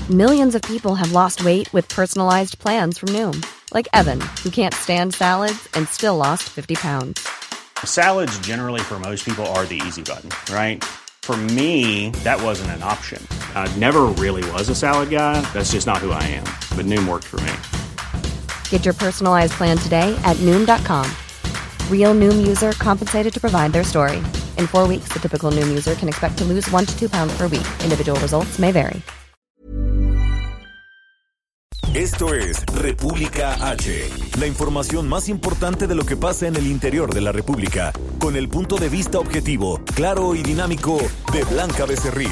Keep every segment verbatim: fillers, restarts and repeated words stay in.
Millions of people have lost weight with personalized plans from Noom. Like Evan, who can't stand salads and still lost fifty pounds. Salads generally for most people are the easy button, right? For me, that wasn't an option. I never really was a salad guy. That's just not who I am. But Noom worked for me. Get your personalized plan today at Noom dot com. Real Noom user compensated to provide their story. In four weeks, the typical Noom user can expect to lose one to two pounds per week. Individual results may vary. Esto es República H, la información más importante de lo que pasa en el interior de la República, con el punto de vista objetivo, claro y dinámico de Blanca Becerril.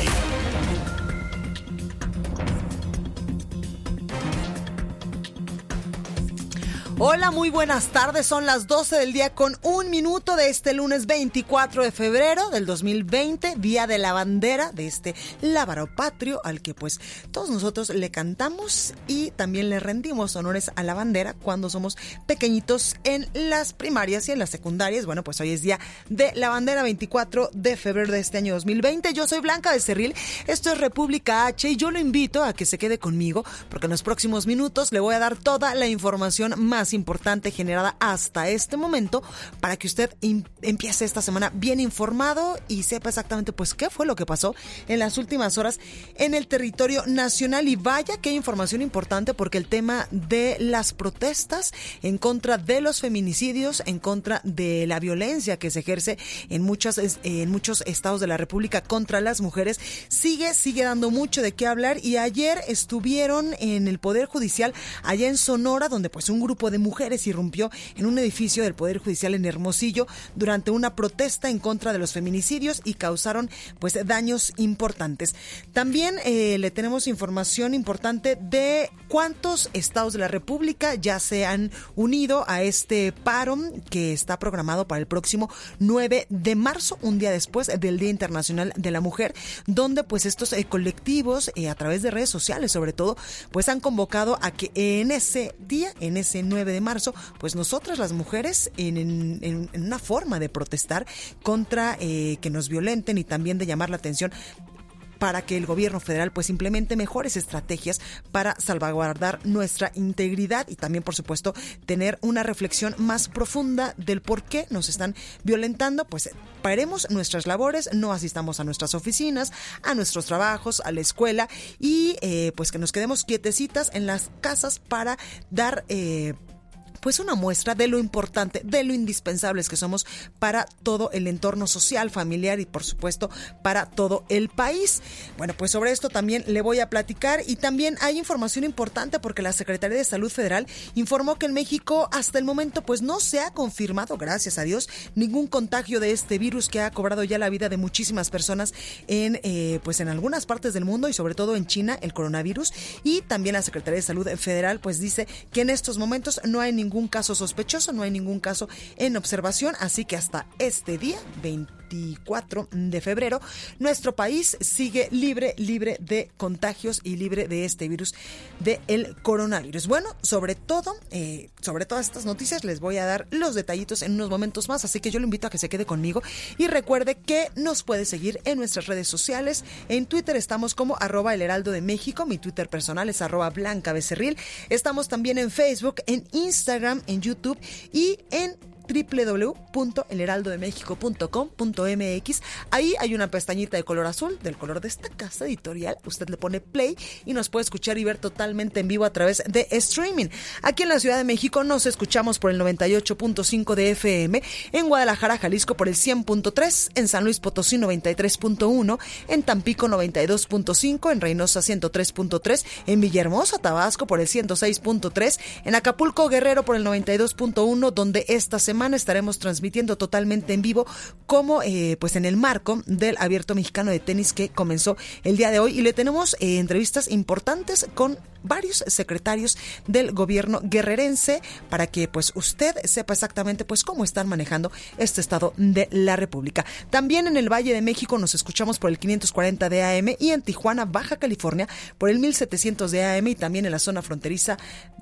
Hola, muy buenas tardes. Son las doce del día con un minuto de este lunes veinticuatro de febrero del dos mil veinte, Día de la Bandera, de este lábaro patrio al que pues todos nosotros le cantamos y también le rendimos honores a la bandera cuando somos pequeñitos en las primarias y en las secundarias. Bueno, pues hoy es Día de la Bandera, veinticuatro de febrero de este año dos mil veinte. Yo soy Blanca Becerril, esto es República H y yo lo invito a que se quede conmigo porque en los próximos minutos le voy a dar toda la información más importante generada hasta este momento para que usted in- empiece esta semana bien informado y sepa exactamente pues qué fue lo que pasó en las últimas horas en el territorio nacional. Y vaya que hay información importante porque el tema de las protestas en contra de los feminicidios, en contra de la violencia que se ejerce en muchas en muchos estados de la República contra las mujeres sigue sigue dando mucho de qué hablar. Y ayer estuvieron en el Poder Judicial allá en Sonora, donde pues un grupo de mujeres irrumpió en un edificio del Poder Judicial en Hermosillo durante una protesta en contra de los feminicidios y causaron pues daños importantes. También eh, le tenemos información importante de cuántos estados de la República ya se han unido a este paro que está programado para el próximo nueve de marzo, un día después del Día Internacional de la Mujer, donde pues estos eh, colectivos eh, a través de redes sociales sobre todo pues han convocado a que en ese día, en ese nueve de marzo, pues nosotras las mujeres en, en, en una forma de protestar contra eh, que nos violenten y también de llamar la atención para que el gobierno federal pues implemente mejores estrategias para salvaguardar nuestra integridad y también, por supuesto, tener una reflexión más profunda del por qué nos están violentando. Pues paremos nuestras labores, no asistamos a nuestras oficinas, a nuestros trabajos, a la escuela y eh, pues que nos quedemos quietecitas en las casas para dar eh, pues una muestra de lo importante, de lo indispensables que somos para todo el entorno social, familiar y por supuesto para todo el país. Bueno, pues sobre esto también le voy a platicar y también hay información importante porque la Secretaría de Salud Federal informó que en México hasta el momento pues no se ha confirmado, gracias a Dios, ningún contagio de este virus que ha cobrado ya la vida de muchísimas personas en eh, pues en algunas partes del mundo y sobre todo en China, el coronavirus. Y también la Secretaría de Salud Federal pues dice que en estos momentos no hay ningún ningún caso sospechoso, no hay ningún caso en observación, así que hasta este día, veinticuatro de febrero, nuestro país sigue libre, libre de contagios y libre de este virus del coronavirus. Bueno, sobre todo, eh, sobre todas estas noticias les voy a dar los detallitos en unos momentos más, así que yo lo invito a que se quede conmigo y recuerde que nos puede seguir en nuestras redes sociales. En Twitter estamos como arroba el heraldo de México, mi Twitter personal es arroba Blanca Becerril. Estamos también en Facebook, en Instagram, en YouTube y en doble u doble u doble u punto el heraldo de méxico punto com punto m x. Ahí hay una pestañita de color azul, del color de esta casa editorial. Usted le pone play y nos puede escuchar y ver totalmente en vivo a través de streaming. Aquí en la Ciudad de México nos escuchamos por el noventa y ocho punto cinco de F M, en Guadalajara, Jalisco por el cien punto tres, en San Luis Potosí noventa y tres punto uno, en Tampico noventa y dos punto cinco, en Reynosa ciento tres punto tres, en Villahermosa, Tabasco por el ciento seis punto tres, en Acapulco, Guerrero por el noventa y dos punto uno, donde esta semana semana estaremos transmitiendo totalmente en vivo como eh, pues en el marco del Abierto Mexicano de Tenis que comenzó el día de hoy y le tenemos eh, entrevistas importantes con varios secretarios del gobierno guerrerense para que pues usted sepa exactamente pues cómo están manejando este estado de la República. También en el Valle de México nos escuchamos por el quinientos cuarenta de A M y en Tijuana, Baja California por el mil setecientos de A M y también en la zona fronteriza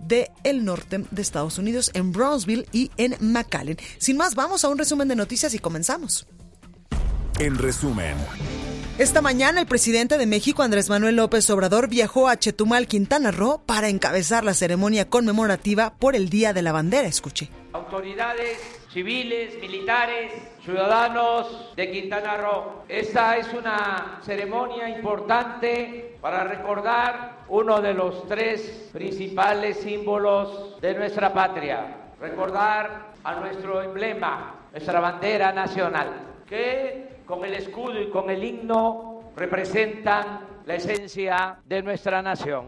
del norte de Estados Unidos en Brownsville y en McAllen. Sin más, vamos a un resumen de noticias y comenzamos. En resumen, Esta mañana el presidente de México, Andrés Manuel López Obrador, viajó a Chetumal, Quintana Roo, para encabezar la ceremonia conmemorativa por el Día de la Bandera. Escuche. Autoridades civiles, militares, ciudadanos de Quintana Roo. Esta es una ceremonia importante para recordar uno de los tres principales símbolos de nuestra patria. Recordar a nuestro emblema, nuestra bandera nacional, que con el escudo y con el himno representan la esencia de nuestra nación.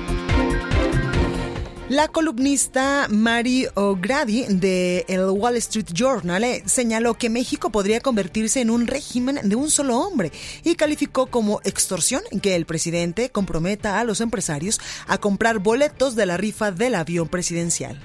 La columnista Mary O'Grady de el Wall Street Journal eh, señaló que México podría convertirse en un régimen de un solo hombre y calificó como extorsión que el presidente comprometa a los empresarios a comprar boletos de la rifa del avión presidencial.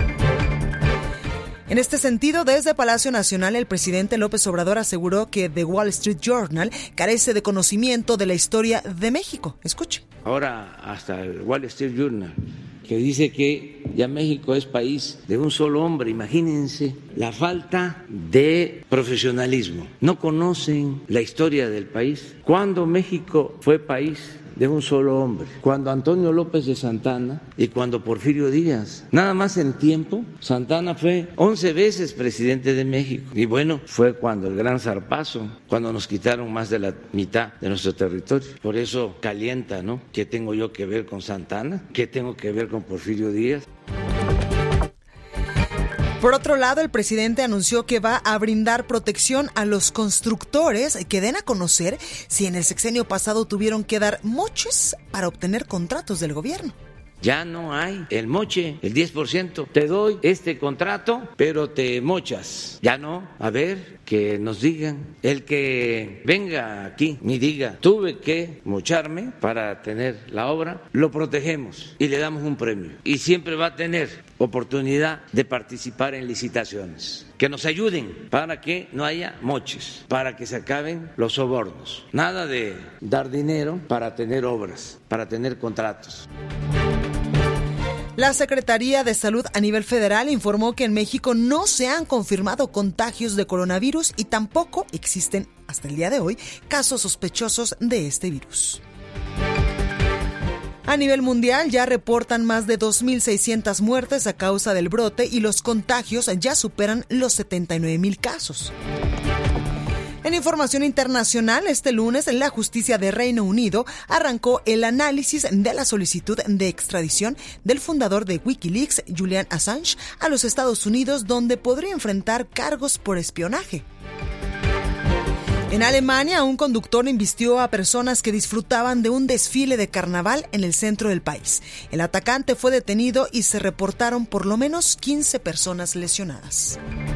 En este sentido, desde Palacio Nacional, el presidente López Obrador aseguró que The Wall Street Journal carece de conocimiento de la historia de México. Escuche. Ahora hasta el Wall Street Journal, que dice que ya México es país de un solo hombre. Imagínense la falta de profesionalismo. No conocen la historia del país. ¿Cuándo México fue país de un solo hombre? Cuando Antonio López de Santana y cuando Porfirio Díaz. Nada más en tiempo, Santana fue once veces presidente de México. Y bueno, fue cuando el gran zarpazo, cuando nos quitaron más de la mitad de nuestro territorio. Por eso calienta, ¿no? ¿Qué tengo yo que ver con Santana? ¿Qué tengo que ver con Porfirio Díaz? Por otro lado, el presidente anunció que va a brindar protección a los constructores que den a conocer si en el sexenio pasado tuvieron que dar moches para obtener contratos del gobierno. Ya no hay el moche, el diez por ciento. Te doy este contrato, pero te mochas. Ya no. A ver, que nos digan. El que venga aquí y diga, tuve que mocharme para tener la obra, lo protegemos y le damos un premio. Y siempre va a tener oportunidad de participar en licitaciones. Que nos ayuden para que no haya moches, para que se acaben los sobornos. Nada de dar dinero para tener obras, para tener contratos. La Secretaría de Salud a nivel federal informó que en México no se han confirmado contagios de coronavirus y tampoco existen, hasta el día de hoy, casos sospechosos de este virus. A nivel mundial ya reportan más de dos mil seiscientas muertes a causa del brote y los contagios ya superan los setenta y nueve mil casos. En información internacional, este lunes la justicia de Reino Unido arrancó el análisis de la solicitud de extradición del fundador de Wikileaks, Julian Assange, a los Estados Unidos, donde podría enfrentar cargos por espionaje. En Alemania, un conductor embistió a personas que disfrutaban de un desfile de carnaval en el centro del país. El atacante fue detenido y se reportaron por lo menos quince personas lesionadas.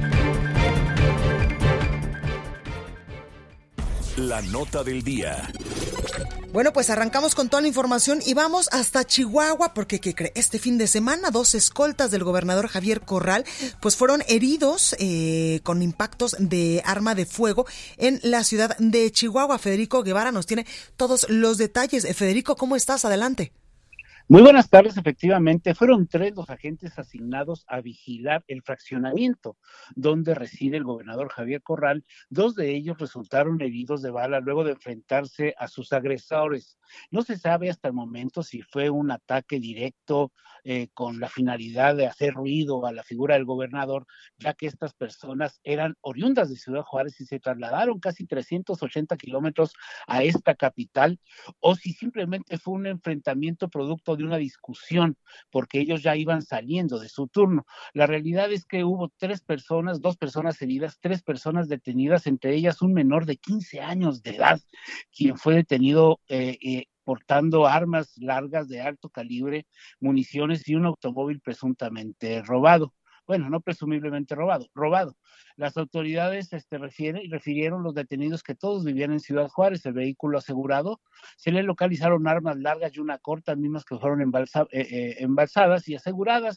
La nota del día. Bueno, pues arrancamos con toda la información y vamos hasta Chihuahua porque, ¿qué cree? Este fin de semana dos escoltas del gobernador Javier Corral pues fueron heridos eh, con impactos de arma de fuego en la ciudad de Chihuahua. Federico Guevara nos tiene todos los detalles. Federico, ¿cómo estás? Adelante. Muy buenas tardes, efectivamente, fueron tres los agentes asignados a vigilar el fraccionamiento donde reside el gobernador Javier Corral. Dos de ellos resultaron heridos de bala luego de enfrentarse a sus agresores. No se sabe hasta el momento si fue un ataque directo eh, con la finalidad de hacer ruido a la figura del gobernador, ya que estas personas eran oriundas de Ciudad Juárez y se trasladaron casi trescientos ochenta kilómetros a esta capital, o si simplemente fue un enfrentamiento producto de una discusión, porque ellos ya iban saliendo de su turno. La realidad es que hubo tres personas, dos personas heridas, tres personas detenidas, entre ellas un menor de quince años de edad, quien fue detenido eh, eh, portando armas largas de alto calibre, municiones y un automóvil presuntamente robado. Bueno, no presumiblemente robado, robado. Las autoridades este, refieren, refirieron los detenidos que todos vivían en Ciudad Juárez, el vehículo asegurado. Se le localizaron armas largas y una corta, mismas que fueron embalsa, eh, eh, embalsadas y aseguradas.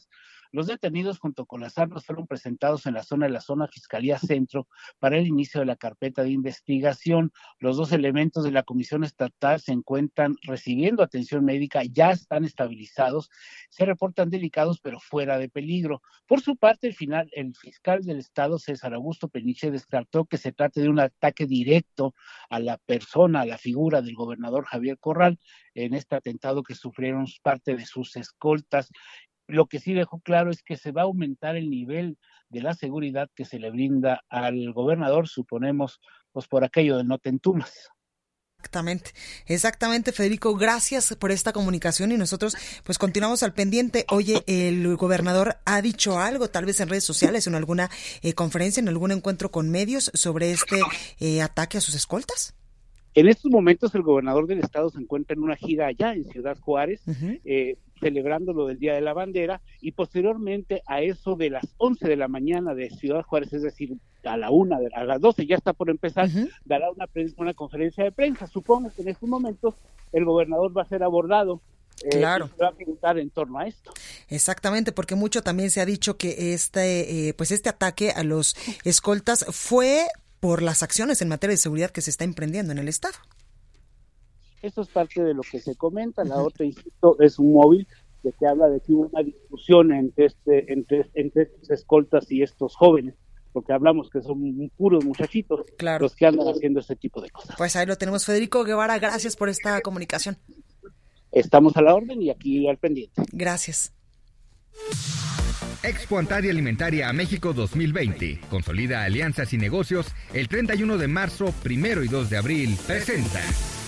Los detenidos junto con las armas fueron presentados en la zona de la zona Fiscalía Centro para el inicio de la carpeta de investigación. Los dos elementos de la Comisión Estatal se encuentran recibiendo atención médica, ya están estabilizados, se reportan delicados pero fuera de peligro. Por su parte, el, final, el fiscal del Estado, César Augusto Peniche, descartó que se trate de un ataque directo a la persona, a la figura del gobernador Javier Corral en este atentado que sufrieron parte de sus escoltas. Lo que sí dejó claro es que se va a aumentar el nivel de la seguridad que se le brinda al gobernador, suponemos, pues por aquello de no te entumas. Exactamente, exactamente, Federico, gracias por esta comunicación y nosotros pues continuamos al pendiente. Oye, el gobernador ha dicho algo, tal vez en redes sociales, en alguna eh, conferencia, en algún encuentro con medios sobre este eh, ataque a sus escoltas. En estos momentos el gobernador del estado se encuentra en una gira allá en Ciudad Juárez, uh-huh. eh, celebrando lo del Día de la Bandera, y posteriormente a eso de las once de la mañana de Ciudad Juárez, es decir, a la una, a las doce ya está por empezar, uh-huh. dará una, una conferencia de prensa. Supongo que en estos momentos el gobernador va a ser abordado. Eh, claro. Se va a preguntar en torno a esto. Exactamente, porque mucho también se ha dicho que este, eh, pues este ataque a los escoltas fue por las acciones en materia de seguridad que se está emprendiendo en el estado. Eso es parte de lo que se comenta. La uh-huh. otra, insisto, es un móvil de que habla de que hubo una discusión entre este, entre, entre estos escoltas y estos jóvenes, porque hablamos que son puros muchachitos, claro, los que andan haciendo este tipo de cosas. Pues ahí lo tenemos. Federico Guevara, gracias por esta comunicación. Estamos a la orden y aquí al pendiente. Gracias. Expo Antaria Alimentaria a México dos mil veinte. Consolida alianzas y negocios. El treinta y uno de marzo, primero y dos de abril. Presenta.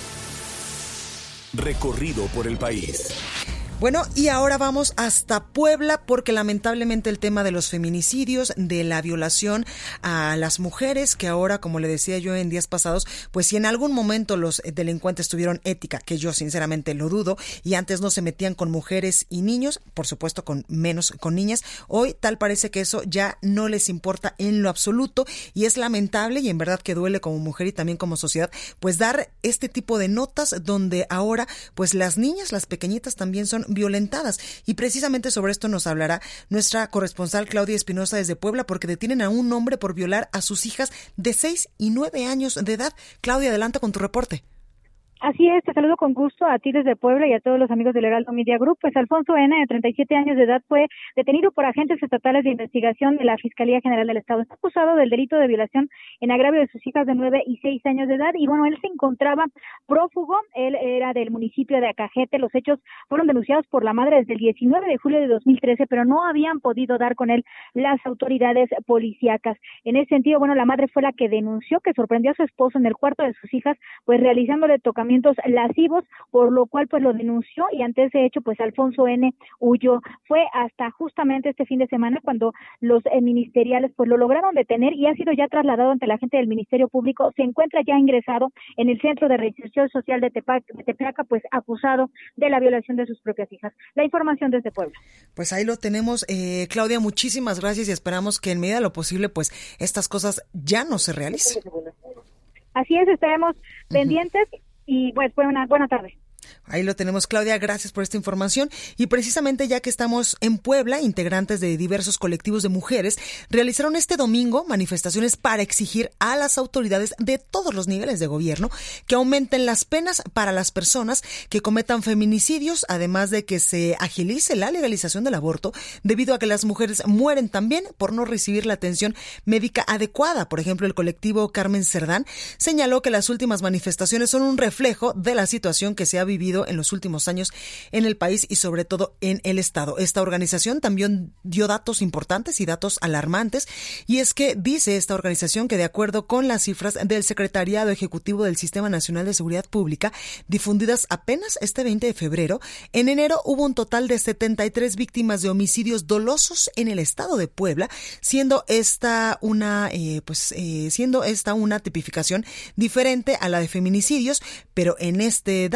Recorrido por el país. Bueno, y ahora vamos hasta Puebla porque lamentablemente el tema de los feminicidios, de la violación a las mujeres, que ahora, como le decía yo en días pasados, pues si en algún momento los delincuentes tuvieron ética, que yo sinceramente lo dudo, y antes no se metían con mujeres y niños, por supuesto con menos con niñas, hoy tal parece que eso ya no les importa en lo absoluto y es lamentable y en verdad que duele como mujer y también como sociedad, pues dar este tipo de notas donde ahora pues las niñas, las pequeñitas también son violentadas. Y precisamente sobre esto nos hablará nuestra corresponsal Claudia Espinosa desde Puebla, porque detienen a un hombre por violar a sus hijas de seis y nueve años de edad. Claudia, adelanta con tu reporte. Así es, te saludo con gusto a ti desde Puebla y a todos los amigos del Heraldo Media Group. Pues Alfonso N., de treinta y siete años de edad, fue detenido por agentes estatales de investigación de la Fiscalía General del Estado. Está acusado del delito de violación en agravio de sus hijas de nueve y seis años de edad. Y bueno, él se encontraba prófugo, él era del municipio de Acajete. Los hechos fueron denunciados por la madre desde el diecinueve de julio de dos mil trece, pero no habían podido dar con él las autoridades policíacas. En ese sentido, bueno, la madre fue la que denunció que sorprendió a su esposo en el cuarto de sus hijas, pues realizándole tocamientos lascivos, por lo cual pues lo denunció y ante ese hecho pues Alfonso N. huyó. Fue hasta justamente este fin de semana cuando los eh, ministeriales pues lo lograron detener y ha sido ya trasladado ante la gente del Ministerio Público. Se encuentra ya ingresado en el Centro de Reinserción Social de, Tepac, de Tepeaca, pues acusado de la violación de sus propias hijas. La información desde Puebla. Pues ahí lo tenemos, eh, Claudia, muchísimas gracias y esperamos que en medida de lo posible pues estas cosas ya no se realicen. Así es, estaremos uh-huh. pendientes. Y pues buena, buena tarde. Ahí lo tenemos, Claudia, gracias por esta información. Y precisamente ya que estamos en Puebla, integrantes de diversos colectivos de mujeres realizaron este domingo manifestaciones para exigir a las autoridades de todos los niveles de gobierno que aumenten las penas para las personas que cometan feminicidios, además de que se agilice la legalización del aborto, debido a que las mujeres mueren también por no recibir la atención médica adecuada. Por ejemplo, el colectivo Carmen Cerdán señaló que las últimas manifestaciones son un reflejo de la situación que se ha vivido en los últimos años en el país y sobre todo en el estado. Esta organización también dio datos importantes y datos alarmantes, y es que dice esta organización que de acuerdo con las cifras del Secretariado Ejecutivo del Sistema Nacional de Seguridad Pública difundidas apenas este veinte de febrero, en enero hubo un total de setenta y tres víctimas de homicidios dolosos en el estado de Puebla, siendo esta una eh, pues eh, siendo esta una tipificación diferente a la de feminicidios, pero en este dato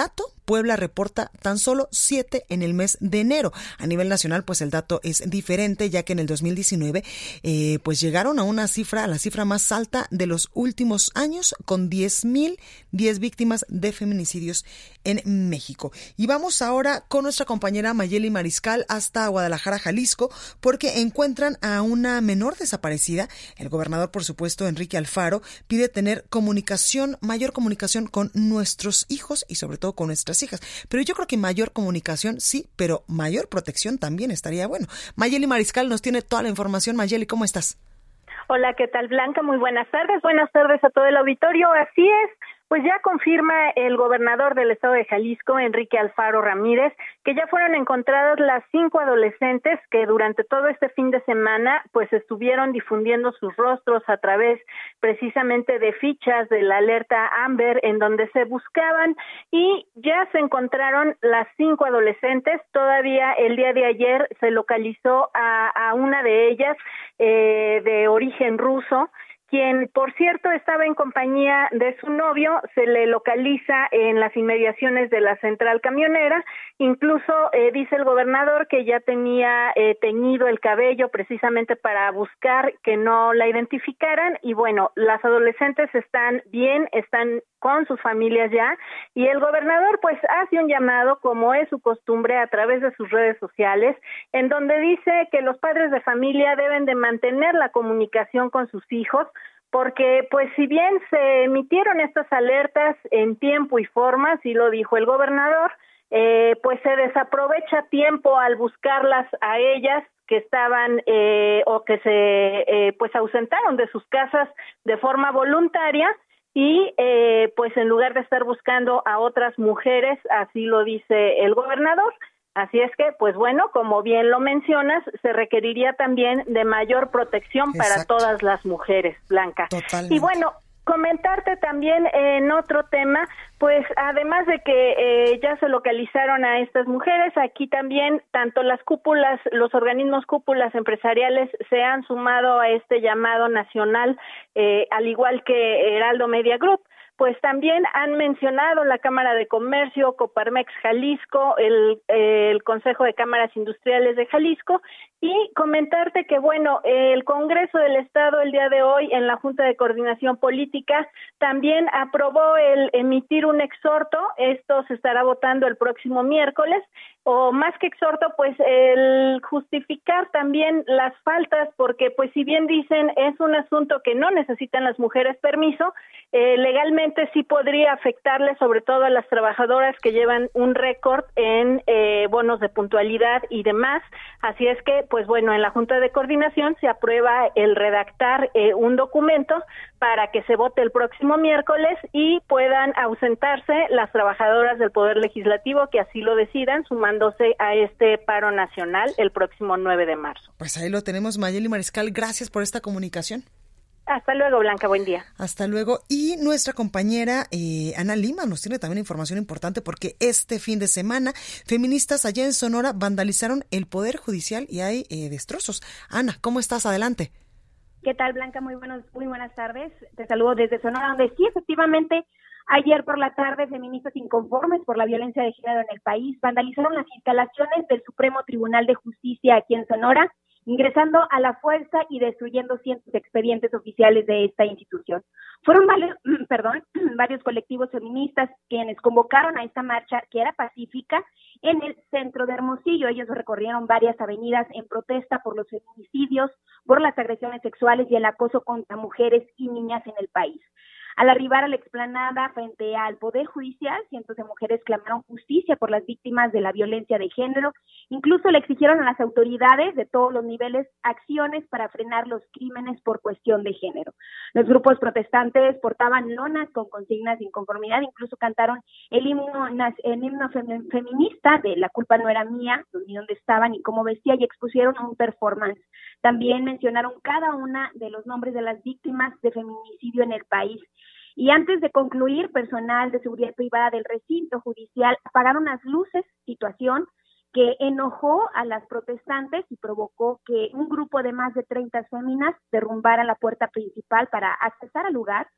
Puebla reporta tan solo siete en el mes de enero. A nivel nacional, pues el dato es diferente, ya que en el dos mil diecinueve, eh, pues llegaron a una cifra, a la cifra más alta de los últimos años, con diez mil diez víctimas de feminicidios en México. Y vamos ahora con nuestra compañera Mayeli Mariscal hasta Guadalajara, Jalisco, porque encuentran a una menor desaparecida. El gobernador, por supuesto, Enrique Alfaro, pide tener comunicación, mayor comunicación con nuestros hijos y sobre todo con nuestras hijas. Pero yo creo que mayor comunicación sí, pero mayor protección también estaría bueno. Mayeli Mariscal nos tiene toda la información. Mayeli, ¿cómo estás? Hola, ¿qué tal, Blanca? Muy buenas tardes. Buenas tardes a todo el auditorio. Así es. Pues ya confirma el gobernador del estado de Jalisco, Enrique Alfaro Ramírez, que ya fueron encontradas las cinco adolescentes que durante todo este fin de semana pues estuvieron difundiendo sus rostros a través precisamente de fichas de la alerta Amber en donde se buscaban, y ya se encontraron las cinco adolescentes. Todavía el día de ayer se localizó a, a una de ellas eh, de origen ruso, quien, por cierto, estaba en compañía de su novio. Se le localiza en las inmediaciones de la central camionera. Incluso eh, dice el gobernador que ya tenía eh, teñido el cabello precisamente para buscar que no la identificaran. Y bueno, las adolescentes están bien, están con sus familias ya, y el gobernador pues hace un llamado, como es su costumbre, a través de sus redes sociales, en donde dice que los padres de familia deben de mantener la comunicación con sus hijos, porque pues si bien se emitieron estas alertas en tiempo y forma, así lo dijo el gobernador, eh, pues se desaprovecha tiempo al buscarlas a ellas que estaban eh, o que se eh, pues ausentaron de sus casas de forma voluntaria, y eh, pues en lugar de estar buscando a otras mujeres, así lo dice el gobernador. Así es que, pues bueno, como bien lo mencionas, se requeriría también de mayor protección Exacto. para todas las mujeres, Blanca. Totalmente. Y bueno, comentarte también en otro tema, pues además de que eh, ya se localizaron a estas mujeres, aquí también tanto las cúpulas, los organismos cúpulas empresariales se han sumado a este llamado nacional, eh, al igual que Heraldo Media Group. Pues también han mencionado la Cámara de Comercio, Coparmex Jalisco, el, el Consejo de Cámaras Industriales de Jalisco, y comentarte que, bueno, el Congreso del Estado el día de hoy en la Junta de Coordinación Política también aprobó el emitir un exhorto. Esto se estará votando el próximo miércoles, o más que exhorto, pues el justificar también las faltas, porque pues si bien dicen es un asunto que no necesitan las mujeres permiso, eh, legalmente sí podría afectarle sobre todo a las trabajadoras que llevan un récord en eh, bonos de puntualidad y demás. Así es que, pues bueno, en la Junta de Coordinación se aprueba el redactar eh, un documento para que se vote el próximo miércoles y puedan ausentarse las trabajadoras del Poder Legislativo que así lo decidan, sumándose a este paro nacional el próximo nueve de marzo. Pues ahí lo tenemos, Mayeli Mariscal. Gracias por esta comunicación. Hasta luego, Blanca, buen día. Hasta luego. Y nuestra compañera eh, Ana Lima nos tiene también información importante, porque este fin de semana feministas allá en Sonora vandalizaron el Poder Judicial y hay eh, destrozos. Ana, ¿cómo estás? Adelante. ¿Qué tal, Blanca? Muy buenos, muy buenas tardes. Te saludo desde Sonora, donde sí, efectivamente, ayer por la tarde, feministas inconformes por la violencia de género en el país vandalizaron las instalaciones del Supremo Tribunal de Justicia aquí en Sonora, ingresando a la fuerza y destruyendo cientos de expedientes oficiales de esta institución. Fueron varios, perdón, varios colectivos feministas quienes convocaron a esta marcha, que era pacífica, en el centro de Hermosillo. Ellos recorrieron varias avenidas en protesta por los feminicidios, por las agresiones sexuales y el acoso contra mujeres y niñas en el país. Al arribar a la explanada frente al Poder Judicial, cientos de mujeres clamaron justicia por las víctimas de la violencia de género. Incluso le exigieron a las autoridades de todos los niveles acciones para frenar los crímenes por cuestión de género. Los grupos protestantes portaban lonas con consignas de inconformidad, incluso cantaron el himno, el himno feminista de La culpa no era mía, dónde estaban y cómo vestía, y expusieron un performance. También mencionaron cada una de los nombres de las víctimas de feminicidio en el país. Y antes de concluir, personal de seguridad privada del recinto judicial apagaron las luces, situación que enojó a las protestantes y provocó que un grupo de más de treinta féminas derrumbara la puerta principal para accesar al lugar.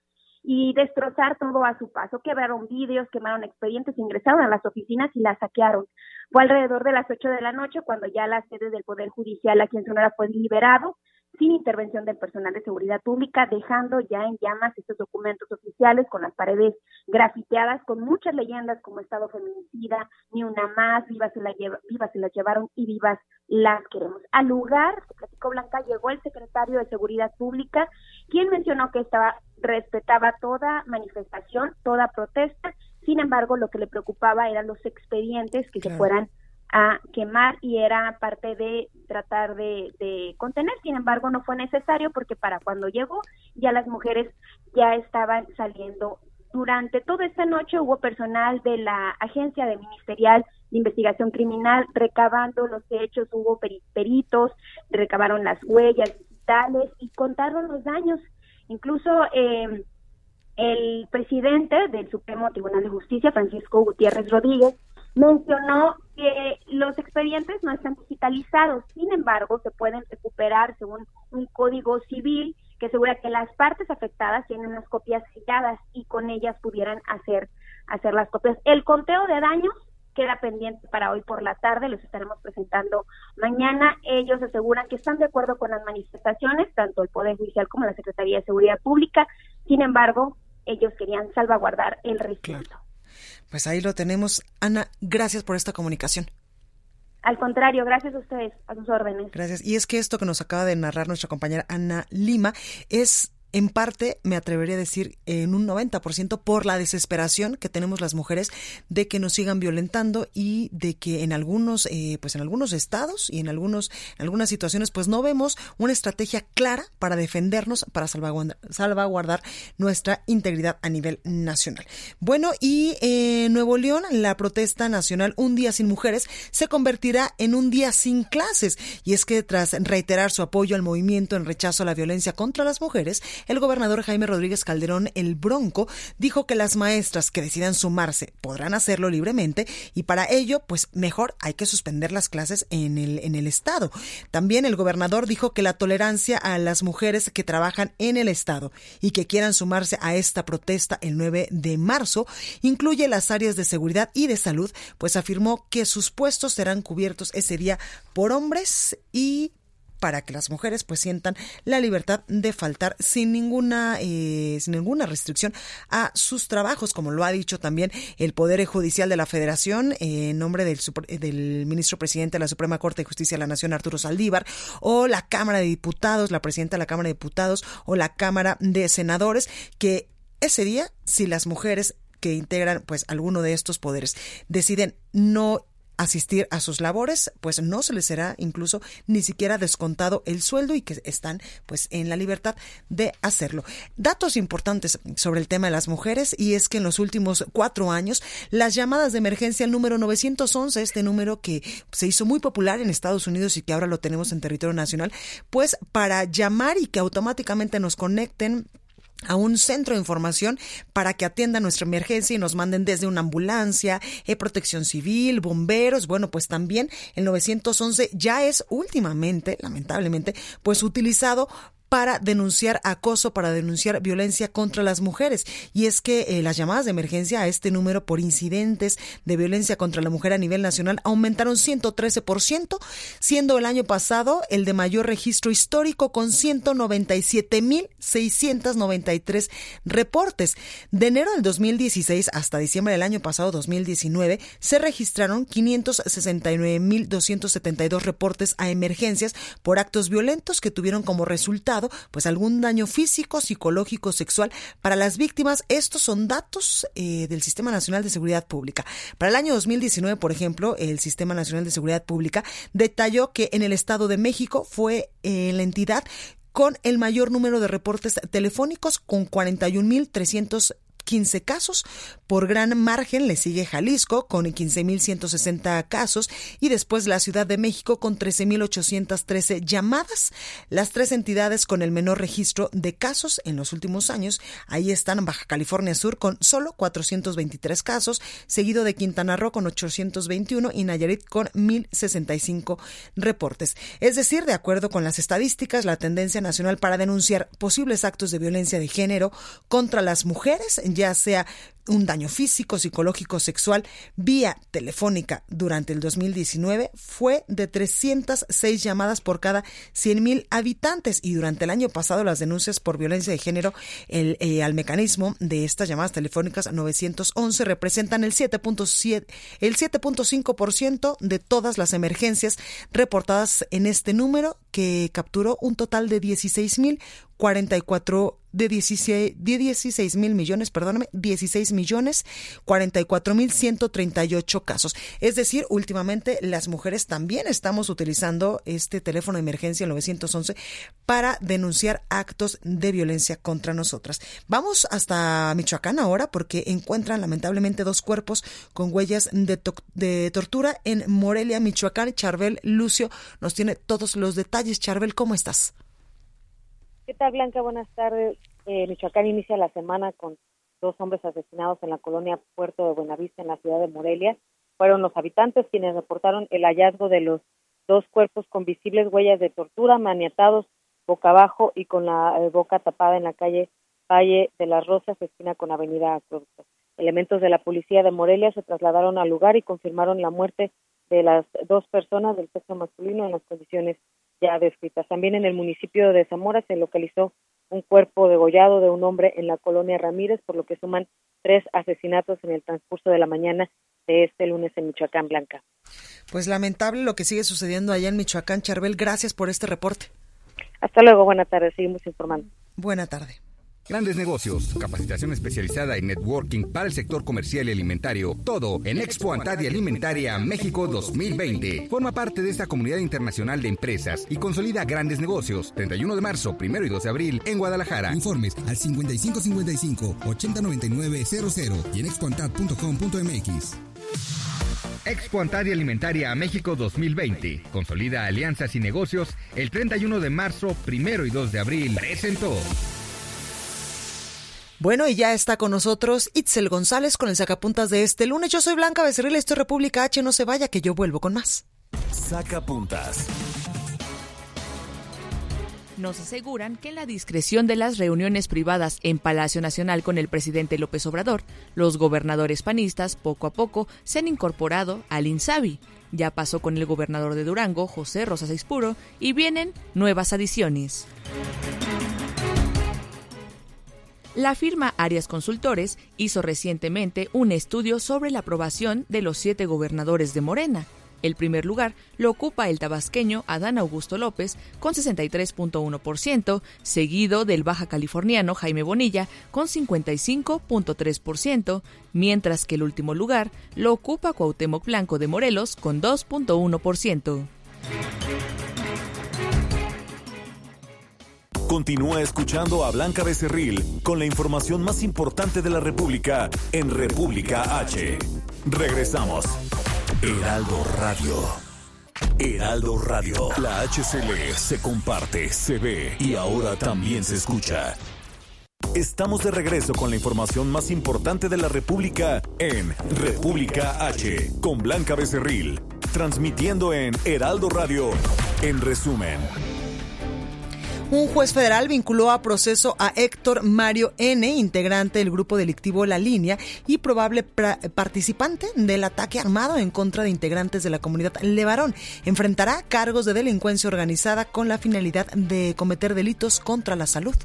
y destrozar todo a su paso. Quemaron vídeos, quemaron expedientes, ingresaron a las oficinas y las saquearon. Fue alrededor de las ocho de la noche cuando ya la sede del Poder Judicial aquí en Sonora fue liberado sin intervención del personal de seguridad pública, dejando ya en llamas estos documentos oficiales con las paredes grafiteadas con muchas leyendas como Estado feminicida, ni una más, vivas se, la lleva, vivas se las llevaron y vivas las queremos. Al lugar, se platicó Blanca, llegó el secretario de Seguridad Pública, quien mencionó que estaba respetaba toda manifestación, toda protesta. Sin embargo, lo que le preocupaba eran los expedientes que claro. se fueran a quemar y era parte de tratar de, de contener. Sin embargo, no fue necesario porque para cuando llegó ya las mujeres ya estaban saliendo. Durante toda esta noche hubo personal de la Agencia de Ministerial de Investigación Criminal recabando los hechos, hubo peritos, recabaron las huellas digitales y contaron los daños. Incluso eh, el presidente del Supremo Tribunal de Justicia, Francisco Gutiérrez Rodríguez, mencionó que los expedientes no están digitalizados, sin embargo, se pueden recuperar según un código civil que asegura que las partes afectadas tienen unas copias selladas y con ellas pudieran hacer, hacer las copias. El conteo de daños queda pendiente para hoy por la tarde, los estaremos presentando mañana. Ellos aseguran que están de acuerdo con las manifestaciones, tanto el Poder Judicial como la Secretaría de Seguridad Pública, sin embargo, ellos querían salvaguardar el recinto. Claro. Pues ahí lo tenemos. Ana, gracias por esta comunicación. Al contrario, gracias a ustedes, a sus órdenes. Gracias. Y es que esto que nos acaba de narrar nuestra compañera Ana Lima es, en parte, me atrevería a decir, en un noventa por ciento por la desesperación que tenemos las mujeres de que nos sigan violentando y de que en algunos, eh, pues en algunos estados y en algunos, en algunas situaciones, pues no vemos una estrategia clara para defendernos, para salvaguardar, salvaguardar nuestra integridad a nivel nacional. Bueno, y en eh, Nuevo León, la protesta nacional Un Día Sin Mujeres se convertirá en un día sin clases. Y es que tras reiterar su apoyo al movimiento en rechazo a la violencia contra las mujeres, el gobernador Jaime Rodríguez Calderón, el Bronco, dijo que las maestras que decidan sumarse podrán hacerlo libremente y para ello, pues mejor hay que suspender las clases en el, en el estado. También el gobernador dijo que la tolerancia a las mujeres que trabajan en el estado y que quieran sumarse a esta protesta el nueve de marzo incluye las áreas de seguridad y de salud, pues afirmó que sus puestos serán cubiertos ese día por hombres y para que las mujeres pues sientan la libertad de faltar sin ninguna eh, sin ninguna restricción a sus trabajos, como lo ha dicho también el Poder Judicial de la Federación eh, en nombre del, del ministro presidente de la Suprema Corte de Justicia de la Nación, Arturo Saldívar, o la Cámara de Diputados, la presidenta de la Cámara de Diputados o la Cámara de Senadores, que ese día, si las mujeres que integran pues alguno de estos poderes deciden no asistir a sus labores, pues no se les será incluso ni siquiera descontado el sueldo y que están pues en la libertad de hacerlo. Datos importantes sobre el tema de las mujeres, y es que en los últimos cuatro años las llamadas de emergencia al número novecientos once, este número que se hizo muy popular en Estados Unidos y que ahora lo tenemos en territorio nacional, pues para llamar y que automáticamente nos conecten a un centro de información para que atiendan nuestra emergencia y nos manden desde una ambulancia, eh, protección civil, bomberos. Bueno, pues también el novecientos once ya es últimamente, lamentablemente, pues utilizado para denunciar acoso, para denunciar violencia contra las mujeres. Y es que eh, las llamadas de emergencia a este número por incidentes de violencia contra la mujer a nivel nacional aumentaron ciento trece por ciento, siendo el año pasado el de mayor registro histórico con ciento noventa y siete mil seiscientos noventa y tres reportes. De enero del dos mil dieciséis hasta diciembre del año pasado, dos mil diecinueve, se registraron quinientos sesenta y nueve mil doscientos setenta y dos reportes a emergencias por actos violentos que tuvieron como resultado pues algún daño físico, psicológico, sexual para las víctimas. Estos son datos eh, del Sistema Nacional de Seguridad Pública. Para el año dos mil diecinueve, por ejemplo, el Sistema Nacional de Seguridad Pública detalló que en el Estado de México fue eh, la entidad con el mayor número de reportes telefónicos, con cuarenta y un mil trescientos quince casos. Por gran margen le sigue Jalisco con quince mil ciento sesenta casos y después la Ciudad de México con trece mil ochocientas trece llamadas. Las tres entidades con el menor registro de casos en los últimos años, ahí están Baja California Sur con solo cuatrocientos veintitrés casos, seguido de Quintana Roo con ochocientos veintiuno y Nayarit con mil sesenta y cinco reportes. Es decir, de acuerdo con las estadísticas, la tendencia nacional para denunciar posibles actos de violencia de género contra las mujeres, ya sea un daño físico, psicológico, sexual, vía telefónica durante el dos mil diecinueve fue de trescientas seis llamadas por cada cien mil habitantes y durante el año pasado las denuncias por violencia de género el, eh, al mecanismo de estas llamadas telefónicas novecientos once representan el siete punto siete, el siete punto cinco por ciento de todas las emergencias reportadas en este número, que capturó un total de dieciséis mil cuarenta y cuatro de dieciséis mil millones, perdóname, dieciséis millones cuarenta y cuatro mil ciento treinta y ocho casos. Es decir, últimamente las mujeres también estamos utilizando este teléfono de emergencia el novecientos once para denunciar actos de violencia contra nosotras. Vamos hasta Michoacán ahora porque encuentran lamentablemente dos cuerpos con huellas de, to- de tortura en Morelia, Michoacán. Charbel Lucio nos tiene todos los detalles. Charbel, ¿cómo estás? ¿Qué tal, Blanca? Buenas tardes. Eh, Michoacán inicia la semana con dos hombres asesinados en la colonia Puerto de Buenavista, en la ciudad de Morelia. Fueron los habitantes quienes reportaron el hallazgo de los dos cuerpos con visibles huellas de tortura, maniatados boca abajo y con la eh, boca tapada en la calle Valle de las Rosas, esquina con Avenida Acueducto. Elementos de la policía de Morelia se trasladaron al lugar y confirmaron la muerte de las dos personas del sexo masculino en las condiciones ya descritas. También en el municipio de Zamora se localizó un cuerpo degollado de un hombre en la colonia Ramírez, por lo que suman tres asesinatos en el transcurso de la mañana de este lunes en Michoacán, Blanca. Pues lamentable lo que sigue sucediendo allá en Michoacán. Charbel, gracias por este reporte. Hasta luego, buena tarde, seguimos informando. Buena tarde. Grandes negocios, capacitación especializada en networking para el sector comercial y alimentario, todo en Expo Antad y Alimentaria México dos mil veinte. Forma parte de esta comunidad internacional de empresas y consolida grandes negocios. treinta y uno de marzo, primero y dos de abril en Guadalajara. Informes al cincuenta y cinco cincuenta y cinco ochenta noventa y nueve cero cero y en expoantad punto com punto m x. Expo Antad y Alimentaria México dos mil veinte. Consolida alianzas y negocios. El treinta y uno de marzo, primero y dos de abril presentó. Bueno, y ya está con nosotros Itzel González con el sacapuntas de este lunes. Yo soy Blanca Becerril, esto es República H, no se vaya que yo vuelvo con más. Sacapuntas. Nos aseguran que en la discreción de las reuniones privadas en Palacio Nacional con el presidente López Obrador, los gobernadores panistas poco a poco se han incorporado al INSABI. Ya pasó con el gobernador de Durango, José Rosas Aispuro, y vienen nuevas adiciones. La firma Arias Consultores hizo recientemente un estudio sobre la aprobación de los siete gobernadores de Morena. El primer lugar lo ocupa el tabasqueño Adán Augusto López con sesenta y tres punto uno por ciento, seguido del baja californiano Jaime Bonilla con cincuenta y cinco punto tres por ciento, mientras que el último lugar lo ocupa Cuauhtémoc Blanco de Morelos con dos punto uno por ciento. Continúa escuchando a Blanca Becerril con la información más importante de la República en República H. Regresamos. Heraldo Radio. Heraldo Radio. La H se lee, se comparte, se ve y ahora también se escucha. Estamos de regreso con la información más importante de la República en República H con Blanca Becerril, transmitiendo en Heraldo Radio. En resumen, un juez federal vinculó a proceso a Héctor Mario N., integrante del grupo delictivo La Línea y probable pra- participante del ataque armado en contra de integrantes de la comunidad Levarón. Enfrentará cargos de delincuencia organizada con la finalidad de cometer delitos contra la salud.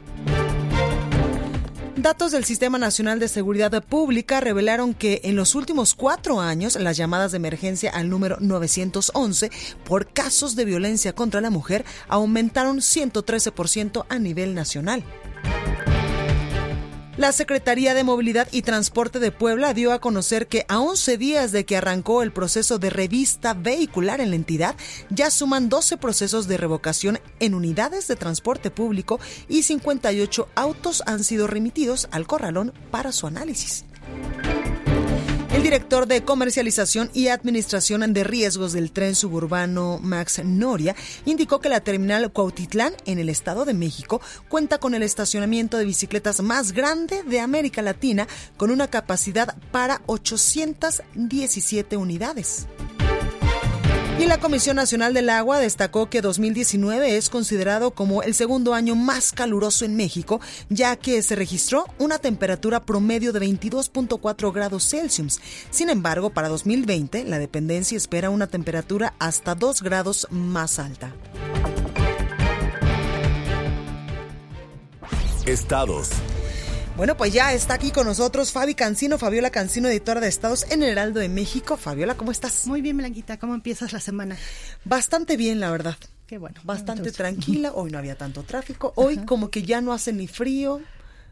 Datos del Sistema Nacional de Seguridad Pública revelaron que en los últimos cuatro años las llamadas de emergencia al número novecientos once por casos de violencia contra la mujer aumentaron ciento trece por ciento a nivel nacional. La Secretaría de Movilidad y Transporte de Puebla dio a conocer que a once días de que arrancó el proceso de revista vehicular en la entidad, ya suman doce procesos de revocación en unidades de transporte público y cincuenta y ocho autos han sido remitidos al corralón para su análisis. El director de Comercialización y Administración de Riesgos del Tren Suburbano, Max Noria, indicó que la terminal Cuautitlán, en el Estado de México, cuenta con el estacionamiento de bicicletas más grande de América Latina, con una capacidad para ochocientas diecisiete unidades. Y la Comisión Nacional del Agua destacó que dos mil diecinueve es considerado como el segundo año más caluroso en México, ya que se registró una temperatura promedio de veintidós punto cuatro grados Celsius. Sin embargo, para dos mil veinte, la dependencia espera una temperatura hasta dos grados más alta. Estados. Bueno, pues ya está aquí con nosotros Fabi Cancino, Fabiola Cancino, editora de Estados en el Heraldo de México. Fabiola, ¿cómo estás? Muy bien, Blanquita. ¿Cómo empiezas la semana? Bastante bien, la verdad. Qué bueno. Bastante tranquila. Hoy no había tanto tráfico. Hoy Ajá. como que ya no hace ni frío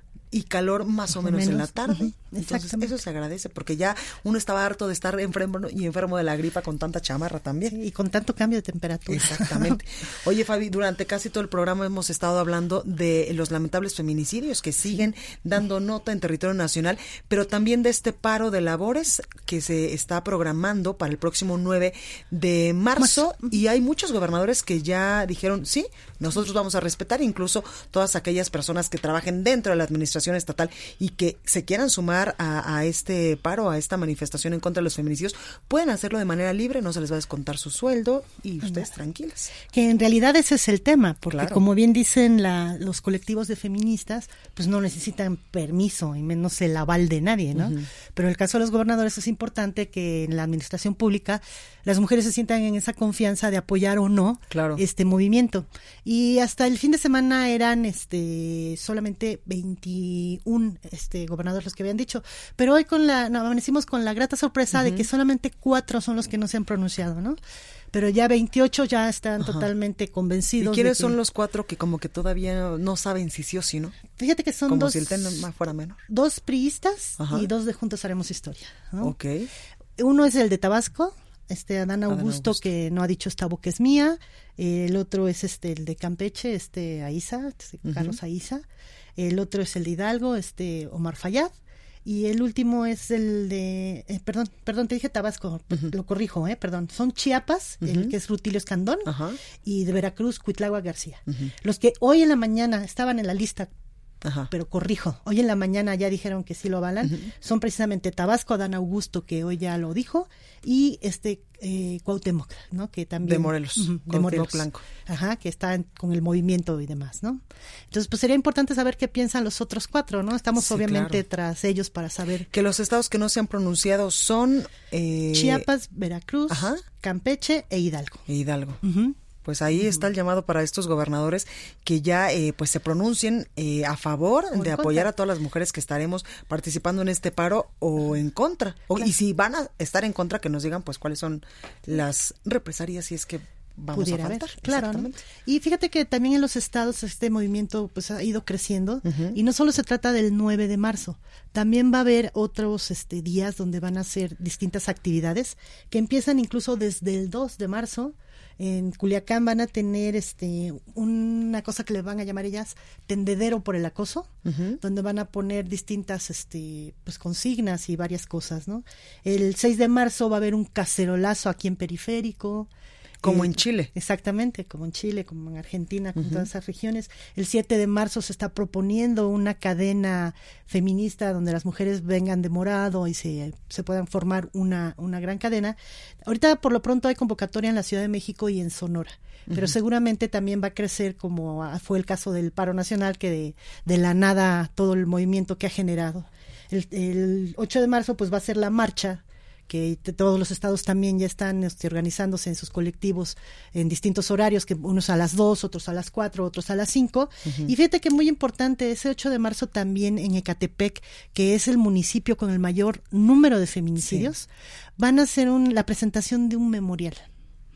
y calor más o menos, menos en la tarde. Uh-huh. Entonces eso se agradece porque ya uno estaba harto de estar enfermo y enfermo de la gripa con tanta chamarra también. Sí, y con tanto cambio de temperatura. Exactamente. Oye, Fabi, durante casi todo el programa hemos estado hablando de los lamentables feminicidios que siguen dando nota en territorio nacional, pero también de este paro de labores que se está programando para el próximo nueve de marzo. Y hay muchos gobernadores que ya dijeron, sí, nosotros vamos a respetar, incluso todas aquellas personas que trabajen dentro de la administración estatal y que se quieran sumar a, a este paro, a esta manifestación en contra de los feminicidios, pueden hacerlo de manera libre, no se les va a descontar su sueldo y ustedes tranquilas. Que en realidad ese es el tema, porque claro. como bien dicen la, los colectivos de feministas, pues no necesitan permiso y menos el aval de nadie, ¿no? Uh-huh. Pero en el caso de los gobernadores es importante que en la administración pública las mujeres se sientan en esa confianza de apoyar o no claro. este movimiento. Y hasta el fin de semana eran este solamente veintiún este gobernadores los que habían dicho, pero hoy con la no, amanecimos con la grata sorpresa uh-huh. de que solamente cuatro son los que no se han pronunciado, ¿no? Pero ya veintiocho ya están Ajá. totalmente convencidos. ¿Y quiénes de que, son los cuatro que como que todavía no saben si sí o si no? Fíjate que son como dos, si el tema fuera menor. Dos priistas Ajá. y dos de Juntos Haremos Historia, ¿no? Ok. Uno es el de Tabasco, este Adán Augusto, Adán Augusto, que no ha dicho esta boca es mía. El otro es este el de Campeche, este Aiza, este uh-huh. Carlos Aiza. El otro es el de Hidalgo, este Omar Fayad. Y el último es el de, eh, perdón, perdón, te dije Tabasco, uh-huh. lo corrijo, eh, perdón, son Chiapas, uh-huh. el que es Rutilio Escandón, uh-huh. y de Veracruz, Cuitlagua García. Uh-huh. Los que hoy en la mañana estaban en la lista, Ajá. pero corrijo, hoy en la mañana ya dijeron que sí lo avalan, uh-huh. son precisamente Tabasco, Adán Augusto, que hoy ya lo dijo, y este eh, Cuauhtémoc, ¿no? Que también de Morelos, uh-huh, de Morelos Blanco, ajá, que están con el movimiento y demás, ¿no? Entonces, pues sería importante saber qué piensan los otros cuatro, ¿no? Estamos sí, obviamente claro. tras ellos para saber que los estados que no se han pronunciado son eh... Chiapas, Veracruz, ajá. Campeche e Hidalgo. E Hidalgo. Uh-huh. Pues ahí está el llamado para estos gobernadores que ya eh, pues se pronuncien eh, a favor de contra. apoyar a todas las mujeres que estaremos participando en este paro o en contra. O, claro. Y si van a estar en contra, que nos digan pues cuáles son las represalias si es que vamos pudiera a faltar. Haber, claro, ¿no? Y fíjate que también en los estados este movimiento pues ha ido creciendo uh-huh. y no solo se trata del nueve de marzo, también va a haber otros este días donde van a hacer distintas actividades que empiezan incluso desde el dos de marzo. En Culiacán van a tener este una cosa que le van a llamar ellas tendedero por el acoso, uh-huh. donde van a poner distintas este pues consignas y varias cosas, ¿no? El seis de marzo va a haber un cacerolazo aquí en Periférico. Como eh, en Chile. Exactamente, como en Chile, como en Argentina, con uh-huh. todas esas regiones. El siete de marzo se está proponiendo una cadena feminista donde las mujeres vengan de morado y se, se puedan formar una, una gran cadena. Ahorita por lo pronto hay convocatoria en la Ciudad de México y en Sonora, uh-huh. pero seguramente también va a crecer como fue el caso del paro nacional, que de, de la nada todo el movimiento que ha generado. El, el ocho de marzo pues va a ser la marcha, que todos los estados también ya están este, organizándose en sus colectivos en distintos horarios, que unos a las dos, otros a las cuatro, otros a las cinco. Uh-huh. Y fíjate que muy importante, ese ocho de marzo también en Ecatepec, que es el municipio con el mayor número de feminicidios, sí. van a hacer un, la presentación de un memorial, ¿no?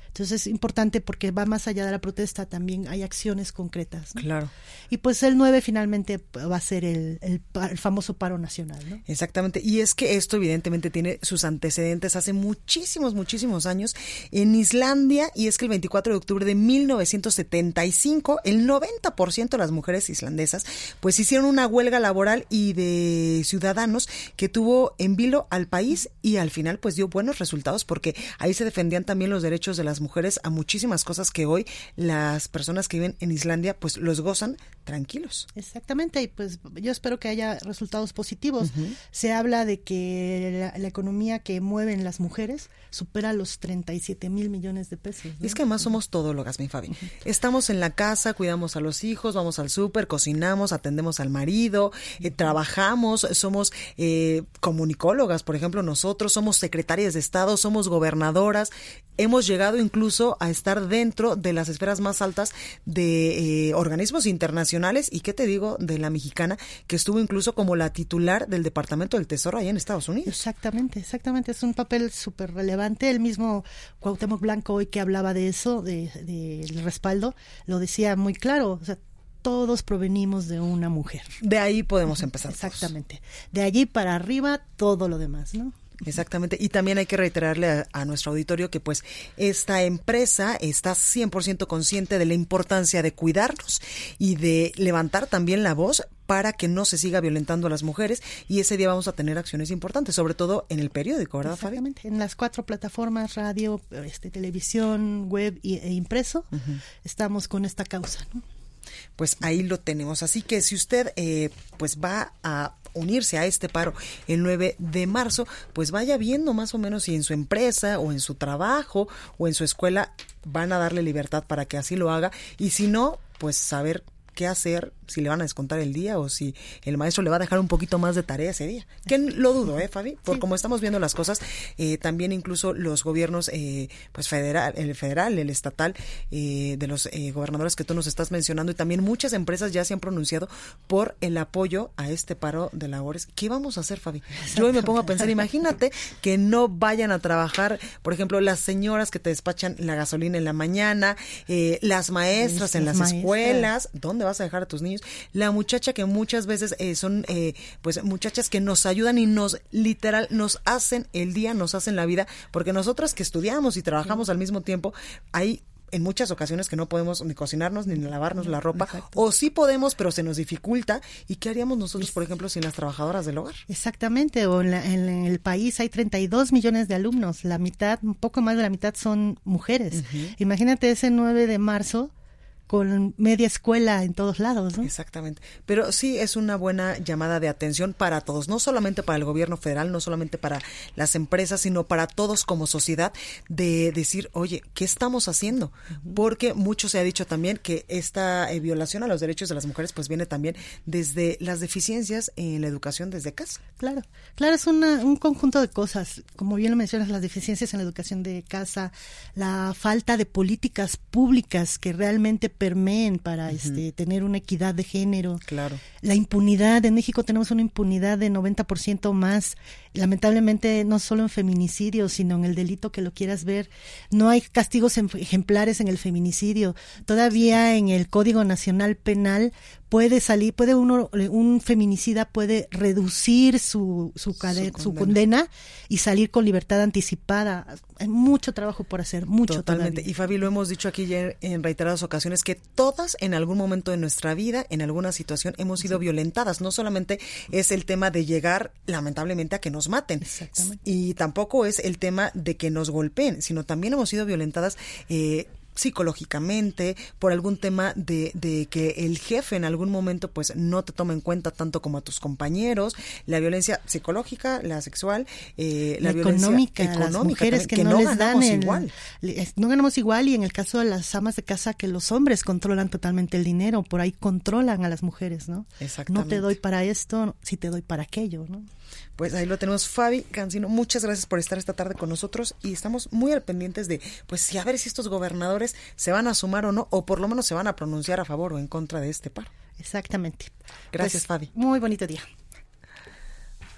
Entonces es importante porque va más allá de la protesta, también hay acciones concretas, ¿no? Claro. Y pues el nueve finalmente va a ser el, el, el famoso paro nacional, ¿no? Exactamente, y es que esto evidentemente tiene sus antecedentes hace muchísimos, muchísimos años en Islandia, y es que el veinticuatro de octubre de mil novecientos setenta y cinco, el noventa por ciento de las mujeres islandesas pues hicieron una huelga laboral y de ciudadanos que tuvo en vilo al país, y al final pues dio buenos resultados porque ahí se defendían también los derechos de las mujeres a muchísimas cosas que hoy las personas que viven en Islandia pues los gozan tranquilos. Exactamente, y pues yo espero que haya resultados positivos. Uh-huh. Se habla de que la, la economía que mueven las mujeres supera los treinta y siete mil millones de pesos, ¿no? Y es que además somos todólogas, mi Fabi. Uh-huh. Estamos en la casa, cuidamos a los hijos, vamos al súper, cocinamos, atendemos al marido, eh, trabajamos, somos eh, comunicólogas, por ejemplo, nosotros somos secretarias de Estado, somos gobernadoras, hemos llegado incluso a estar dentro de las esferas más altas de eh, organismos internacionales, y qué te digo de la mexicana, que estuvo incluso como la titular del Departamento del Tesoro allá en Estados Unidos. Exactamente, exactamente, es un papel súper relevante. El mismo Cuauhtémoc Blanco hoy que hablaba de eso, de, de el respaldo, lo decía muy claro, o sea, todos provenimos de una mujer. De ahí podemos empezar. Exactamente, todos. De allí para arriba todo lo demás, ¿no? Exactamente, y también hay que reiterarle a, a nuestro auditorio que pues esta empresa está cien por ciento consciente de la importancia de cuidarnos y de levantar también la voz para que no se siga violentando a las mujeres, y ese día vamos a tener acciones importantes, sobre todo en el periódico, ¿verdad, Fabi? Exactamente, en las cuatro plataformas, radio, este, televisión, web y, e impreso, uh-huh. estamos con esta causa, ¿no? Pues ahí lo tenemos, así que si usted eh, pues va a unirse a este paro el nueve de marzo, pues vaya viendo más o menos si en su empresa o en su trabajo o en su escuela van a darle libertad para que así lo haga, y si no, pues saber qué hacer, si le van a descontar el día o si el maestro le va a dejar un poquito más de tarea ese día. Que lo dudo, ¿eh, Fabi? Por sí. Como estamos viendo las cosas, eh, también incluso los gobiernos, eh, pues federal, el federal, el estatal, eh, de los eh, gobernadores que tú nos estás mencionando, y también muchas empresas ya se han pronunciado por el apoyo a este paro de labores. ¿Qué vamos a hacer, Fabi? Yo hoy me pongo a pensar, imagínate que no vayan a trabajar, por ejemplo, las señoras que te despachan la gasolina en la mañana, eh, las maestras en las maestras. escuelas, ¿dónde vas a dejar a tus niños? La muchacha que muchas veces eh, son eh, pues muchachas que nos ayudan y nos literal nos hacen el día, nos hacen la vida, porque nosotras que estudiamos y trabajamos sí. al mismo tiempo, hay en muchas ocasiones que no podemos ni cocinarnos ni lavarnos la ropa. Exacto. O sí podemos, pero se nos dificulta. ¿Y qué haríamos nosotros, por ejemplo, sin las trabajadoras del hogar? Exactamente, o en, la, en el país hay treinta y dos millones de alumnos, la mitad, un poco más de la mitad son mujeres. Uh-huh. Imagínate ese nueve de marzo con media escuela en todos lados, ¿no? Exactamente. Pero sí es una buena llamada de atención para todos, no solamente para el gobierno federal, no solamente para las empresas, sino para todos como sociedad, de decir, oye, ¿qué estamos haciendo? Uh-huh. Porque mucho se ha dicho también que esta eh, violación a los derechos de las mujeres pues viene también desde las deficiencias en la educación desde casa. Claro, claro, es una, un conjunto de cosas, como bien lo mencionas, las deficiencias en la educación de casa, la falta de políticas públicas que realmente permeen para uh-huh. este tener una equidad de género. Claro. La impunidad, en México tenemos una impunidad de noventa por ciento más, lamentablemente no solo en feminicidio, sino en el delito que lo quieras ver. No hay castigos ejemplares en el feminicidio. Todavía en el Código Nacional Penal puede salir, puede uno, un feminicida puede reducir su su, cade- su, condena. su condena y salir con libertad anticipada. Hay mucho trabajo por hacer, mucho. Totalmente. Todavía. Y Fabi, lo hemos dicho aquí ya en reiteradas ocasiones, que todas en algún momento de nuestra vida, en alguna situación, hemos sido sí. violentadas. No solamente es el tema de llegar, lamentablemente, a que nos maten. Exactamente. Y tampoco es el tema de que nos golpeen, sino también hemos sido violentadas eh, psicológicamente, por algún tema de, de que el jefe en algún momento pues no te toma en cuenta tanto como a tus compañeros, la violencia psicológica, la sexual, eh, la, la económica, económica, las mujeres también, que, que no, no les dan el, igual. no ganamos igual, y en el caso de las amas de casa, que los hombres controlan totalmente el dinero, por ahí controlan a las mujeres, ¿no? Exactamente. No te doy para esto, si te doy para aquello, ¿no? Pues ahí lo tenemos. Fabi Cancino, muchas gracias por estar esta tarde con nosotros, y estamos muy al pendientes de, pues, si a ver si estos gobernadores se van a sumar o no, o por lo menos se van a pronunciar a favor o en contra de este paro. Exactamente. Gracias, pues, Fabi. Muy bonito día.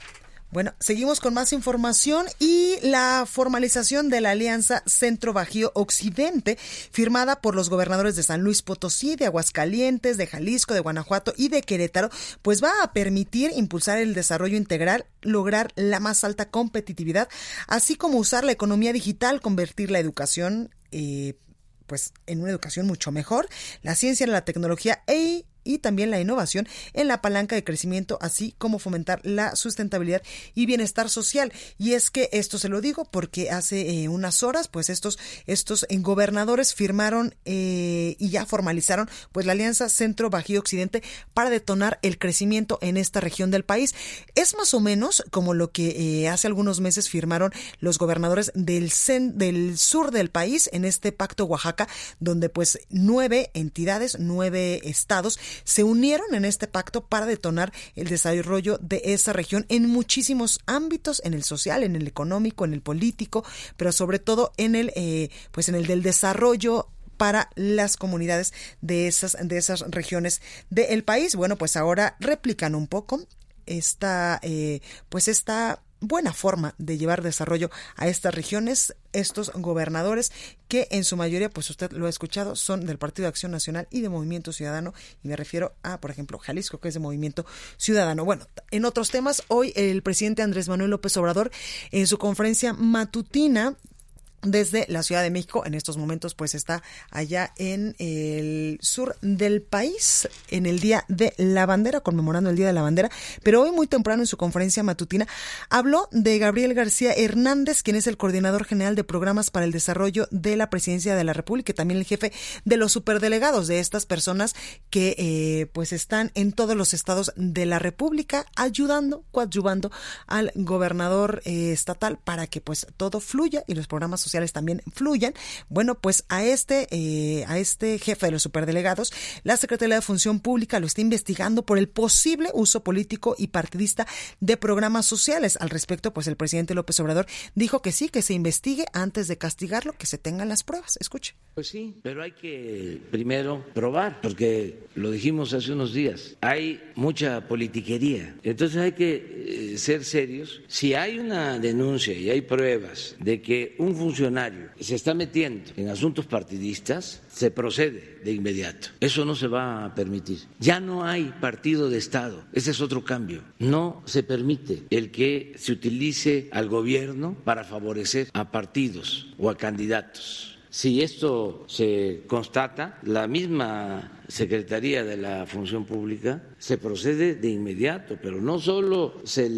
Bueno, seguimos con más información y la formalización de la Alianza Centro Bajío Occidente, firmada por los gobernadores de San Luis Potosí, de Aguascalientes, de Jalisco, de Guanajuato y de Querétaro, pues va a permitir impulsar el desarrollo integral, lograr la más alta competitividad, así como usar la economía digital, convertir la educación eh, pues en una educación mucho mejor, la ciencia, la tecnología e y también la innovación en la palanca de crecimiento, así como fomentar la sustentabilidad y bienestar social. Y es que esto se lo digo porque hace eh, unas horas, pues estos estos eh, gobernadores firmaron eh, y ya formalizaron pues la Alianza Centro Bajío Occidente para detonar el crecimiento en esta región del país. Es más o menos como lo que eh, hace algunos meses firmaron los gobernadores del cen, del sur del país en este Pacto Oaxaca, donde pues nueve entidades, nueve estados se unieron en este pacto para detonar el desarrollo de esa región en muchísimos ámbitos, en el social, en el económico, en el político, pero sobre todo en el eh, pues en el del desarrollo para las comunidades de esas de esas regiones del país. Bueno, pues ahora replican un poco esta eh, pues esta buena forma de llevar desarrollo a estas regiones, estos gobernadores que en su mayoría, pues usted lo ha escuchado, son del Partido de Acción Nacional y de Movimiento Ciudadano, y me refiero a, por ejemplo, Jalisco, que es de Movimiento Ciudadano. Bueno, en otros temas, hoy el presidente Andrés Manuel López Obrador, en su conferencia matutina desde la Ciudad de México, en estos momentos pues está allá en el sur del país en el Día de la Bandera, conmemorando el Día de la Bandera, pero hoy muy temprano en su conferencia matutina habló de Gabriel García Hernández, quien es el coordinador general de programas para el desarrollo de la Presidencia de la República y también el jefe de los superdelegados, de estas personas que eh, pues están en todos los estados de la República ayudando, coadyuvando al gobernador eh, estatal para que pues todo fluya y los programas sociales también fluyan. Bueno, pues a este eh, a este jefe de los superdelegados, la Secretaría de Función Pública lo está investigando por el posible uso político y partidista de programas sociales. Al respecto, pues el presidente López Obrador dijo que sí, que se investigue antes de castigarlo, que se tengan las pruebas. Escuche. Pues sí, pero hay que primero probar, porque lo dijimos hace unos días, hay mucha politiquería. Entonces hay que eh, ser serios. Si hay una denuncia y hay pruebas de que un funcionario se está metiendo en asuntos partidistas, se procede de inmediato. Eso no se va a permitir. Ya no hay partido de Estado. Ese es otro cambio. No se permite el que se utilice al gobierno para favorecer a partidos o a candidatos. Si esto se constata, la misma Secretaría de la Función Pública se procede de inmediato, pero no solo se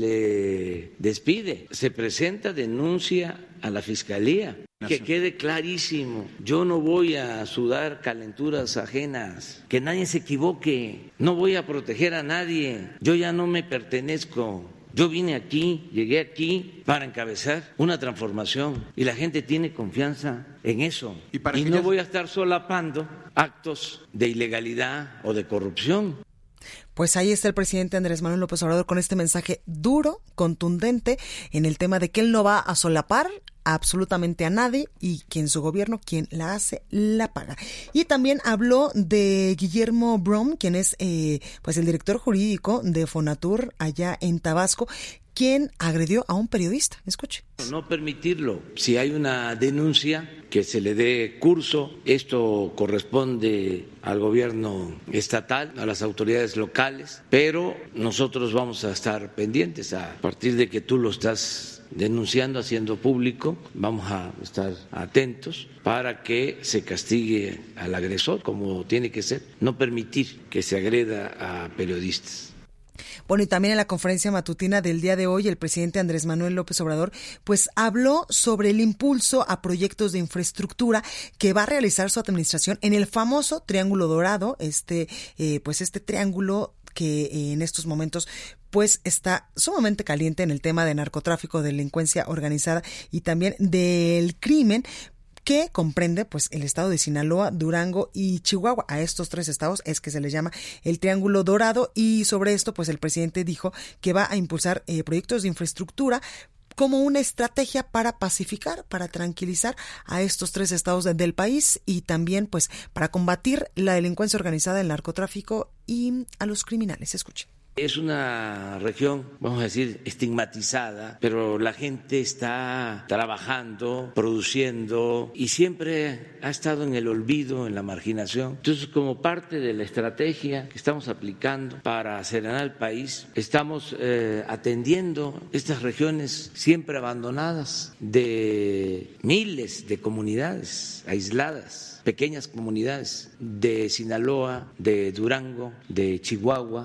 le despide, se presenta denuncia a la Fiscalía. Que quede clarísimo, yo no voy a sudar calenturas ajenas, que nadie se equivoque, no voy a proteger a nadie, yo ya no me pertenezco. Yo vine aquí, llegué aquí para encabezar una transformación y la gente tiene confianza en eso. Y, para y no ya... voy a estar solapando actos de ilegalidad o de corrupción. Pues ahí está el presidente Andrés Manuel López Obrador con este mensaje duro, contundente, en el tema de que él no va a solapar absolutamente a nadie y que en su gobierno quien la hace la paga. Y también habló de Guillermo Brom, quien es eh, pues el director jurídico de Fonatur allá en Tabasco, quien agredió a un periodista. Escuche. No permitirlo. Si hay una denuncia, que se le dé curso. Esto corresponde al gobierno estatal, a las autoridades locales, pero nosotros vamos a estar pendientes. A partir de que tú lo estás denunciando, haciendo público, vamos a estar atentos para que se castigue al agresor como tiene que ser. No permitir que se agreda a periodistas. Bueno, y también en la conferencia matutina del día de hoy, el presidente Andrés Manuel López Obrador, pues habló sobre el impulso a proyectos de infraestructura que va a realizar su administración en el famoso Triángulo Dorado, este, eh, pues este triángulo que eh, en estos momentos pues está sumamente caliente en el tema de narcotráfico, delincuencia organizada y también del crimen, que comprende pues el estado de Sinaloa, Durango y Chihuahua. A estos tres estados es que se les llama el Triángulo Dorado, y sobre esto pues el presidente dijo que va a impulsar eh, proyectos de infraestructura como una estrategia para pacificar, para tranquilizar a estos tres estados de, del país, y también pues para combatir la delincuencia organizada, el narcotráfico y a los criminales. Escuchen. Es una región, vamos a decir, estigmatizada, pero la gente está trabajando, produciendo y siempre ha estado en el olvido, en la marginación. Entonces, como parte de la estrategia que estamos aplicando para serenar el país, estamos eh, atendiendo estas regiones siempre abandonadas de miles de comunidades aisladas, pequeñas comunidades de Sinaloa, de Durango, de Chihuahua.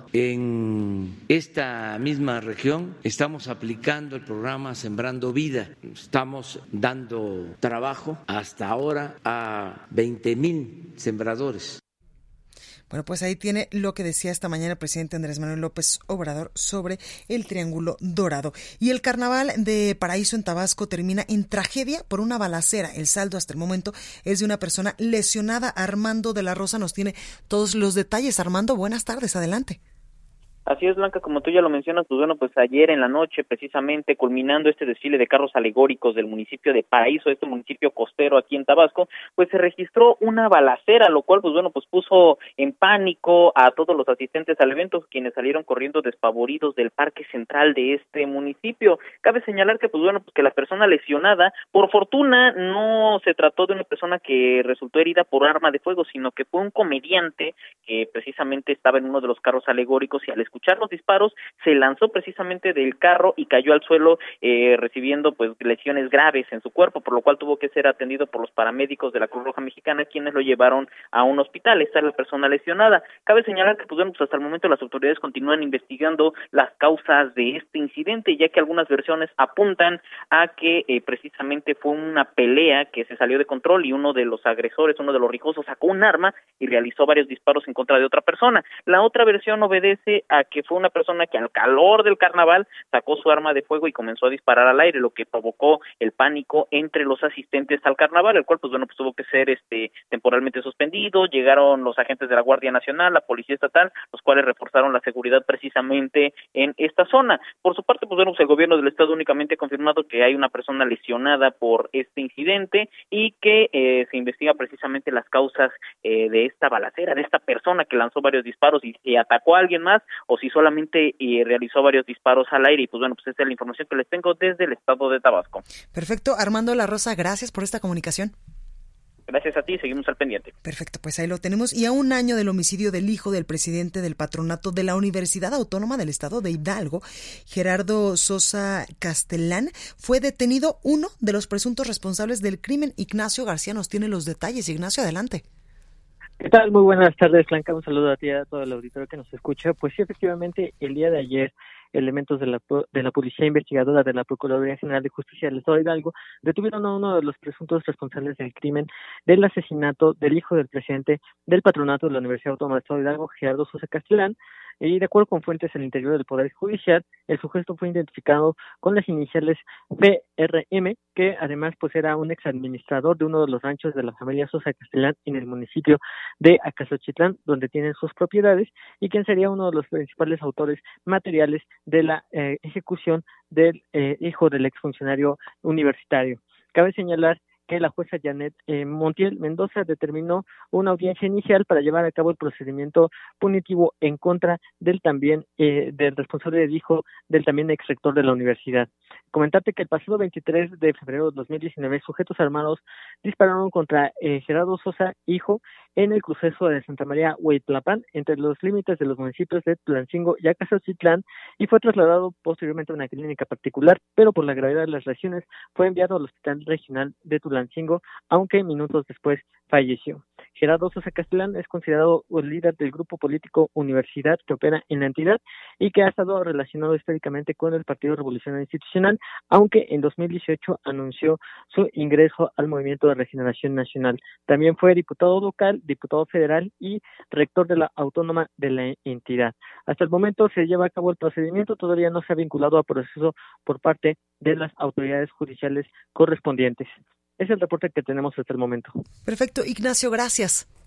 En esta misma región estamos aplicando el programa Sembrando Vida. Estamos dando trabajo hasta ahora a veinte mil sembradores. Bueno, pues ahí tiene lo que decía esta mañana el presidente Andrés Manuel López Obrador sobre el Triángulo Dorado. Y el carnaval de Paraíso en Tabasco termina en tragedia por una balacera. El saldo hasta el momento es de una persona lesionada. Armando de la Rosa nos tiene todos los detalles. Armando, buenas tardes, adelante. Así es, Blanca, como tú ya lo mencionas, pues bueno, pues ayer en la noche, precisamente culminando este desfile de carros alegóricos del municipio de Paraíso, este municipio costero aquí en Tabasco, pues se registró una balacera, lo cual, pues bueno, pues puso en pánico a todos los asistentes al evento, quienes salieron corriendo despavoridos del parque central de este municipio. Cabe señalar que, pues bueno, pues que la persona lesionada, por fortuna, no se trató de una persona que resultó herida por arma de fuego, sino que fue un comediante que precisamente estaba en uno de los carros alegóricos y al escuchar los disparos se lanzó precisamente del carro y cayó al suelo eh, recibiendo pues lesiones graves en su cuerpo, por lo cual tuvo que ser atendido por los paramédicos de la Cruz Roja Mexicana, quienes lo llevaron a un hospital. Esta es la persona lesionada. Cabe señalar que pues, bueno, pues hasta el momento las autoridades continúan investigando las causas de este incidente, ya que algunas versiones apuntan a que eh, precisamente fue una pelea que se salió de control y uno de los agresores, uno de los rijosos, sacó un arma y realizó varios disparos en contra de otra persona. La otra versión obedece a que fue una persona que al calor del carnaval sacó su arma de fuego y comenzó a disparar al aire, lo que provocó el pánico entre los asistentes al carnaval, el cual pues bueno pues tuvo que ser este temporalmente suspendido. Llegaron los agentes de la Guardia Nacional, la Policía Estatal, los cuales reforzaron la seguridad precisamente en esta zona. Por su parte, pues bueno, pues el gobierno del estado únicamente ha confirmado que hay una persona lesionada por este incidente y que eh, se investiga precisamente las causas eh, de esta balacera, de esta persona que lanzó varios disparos y se atacó a alguien más o si solamente eh, realizó varios disparos al aire. Y pues bueno, pues esta es la información que les tengo desde el estado de Tabasco. Perfecto, Armando La Rosa, gracias por esta comunicación. Gracias a ti, seguimos al pendiente. Perfecto, pues ahí lo tenemos. Y a un año del homicidio del hijo del presidente del patronato de la Universidad Autónoma del Estado de Hidalgo, Gerardo Sosa Castellán, fue detenido uno de los presuntos responsables del crimen. Ignacio García nos tiene los detalles. Ignacio, adelante. ¿Qué tal? Muy buenas tardes, Blanca. Un saludo a ti y a todo el auditorio que nos escucha. Pues sí, efectivamente, el día de ayer, elementos de la de la Policía Investigadora de la Procuraduría General de Justicia del Estado de Hidalgo detuvieron a uno de los presuntos responsables del crimen del asesinato del hijo del presidente del patronato de la Universidad Autónoma del Estado de Hidalgo, Gerardo Sosa Castellán. Y de acuerdo con fuentes al interior del Poder Judicial, el sujeto fue identificado con las iniciales P R M, que además pues era un exadministrador de uno de los ranchos de la familia Sosa Castellán en el municipio de Acasochitlán, donde tienen sus propiedades, y quien sería uno de los principales autores materiales de la eh, ejecución del eh, hijo del exfuncionario universitario. Cabe señalar que la jueza Janet eh, Montiel Mendoza determinó una audiencia inicial para llevar a cabo el procedimiento punitivo en contra del también eh, del responsable del hijo del también ex rector de la universidad. Comentarte que el pasado veintitrés de febrero de dos mil diecinueve sujetos armados dispararon contra eh, Gerardo Sosa, hijo, en el cruceso de Santa María Hueytlapán, entre los límites de los municipios de Tulancingo y Acasochitlán, y fue trasladado posteriormente a una clínica particular, pero por la gravedad de las lesiones fue enviado al Hospital Regional de Tulancingo, aunque minutos después falleció. Gerardo Sosa Castellán es considerado el líder del grupo político Universidad que opera en la entidad y que ha estado relacionado históricamente con el Partido Revolucionario Institucional, aunque en dos mil dieciocho anunció su ingreso al Movimiento de Regeneración Nacional. También fue diputado local, diputado federal y rector de la Autónoma de la entidad. Hasta el momento se lleva a cabo el procedimiento, todavía no se ha vinculado a proceso por parte de las autoridades judiciales correspondientes. Es el reporte que tenemos hasta el momento. Perfecto, Ignacio, gracias.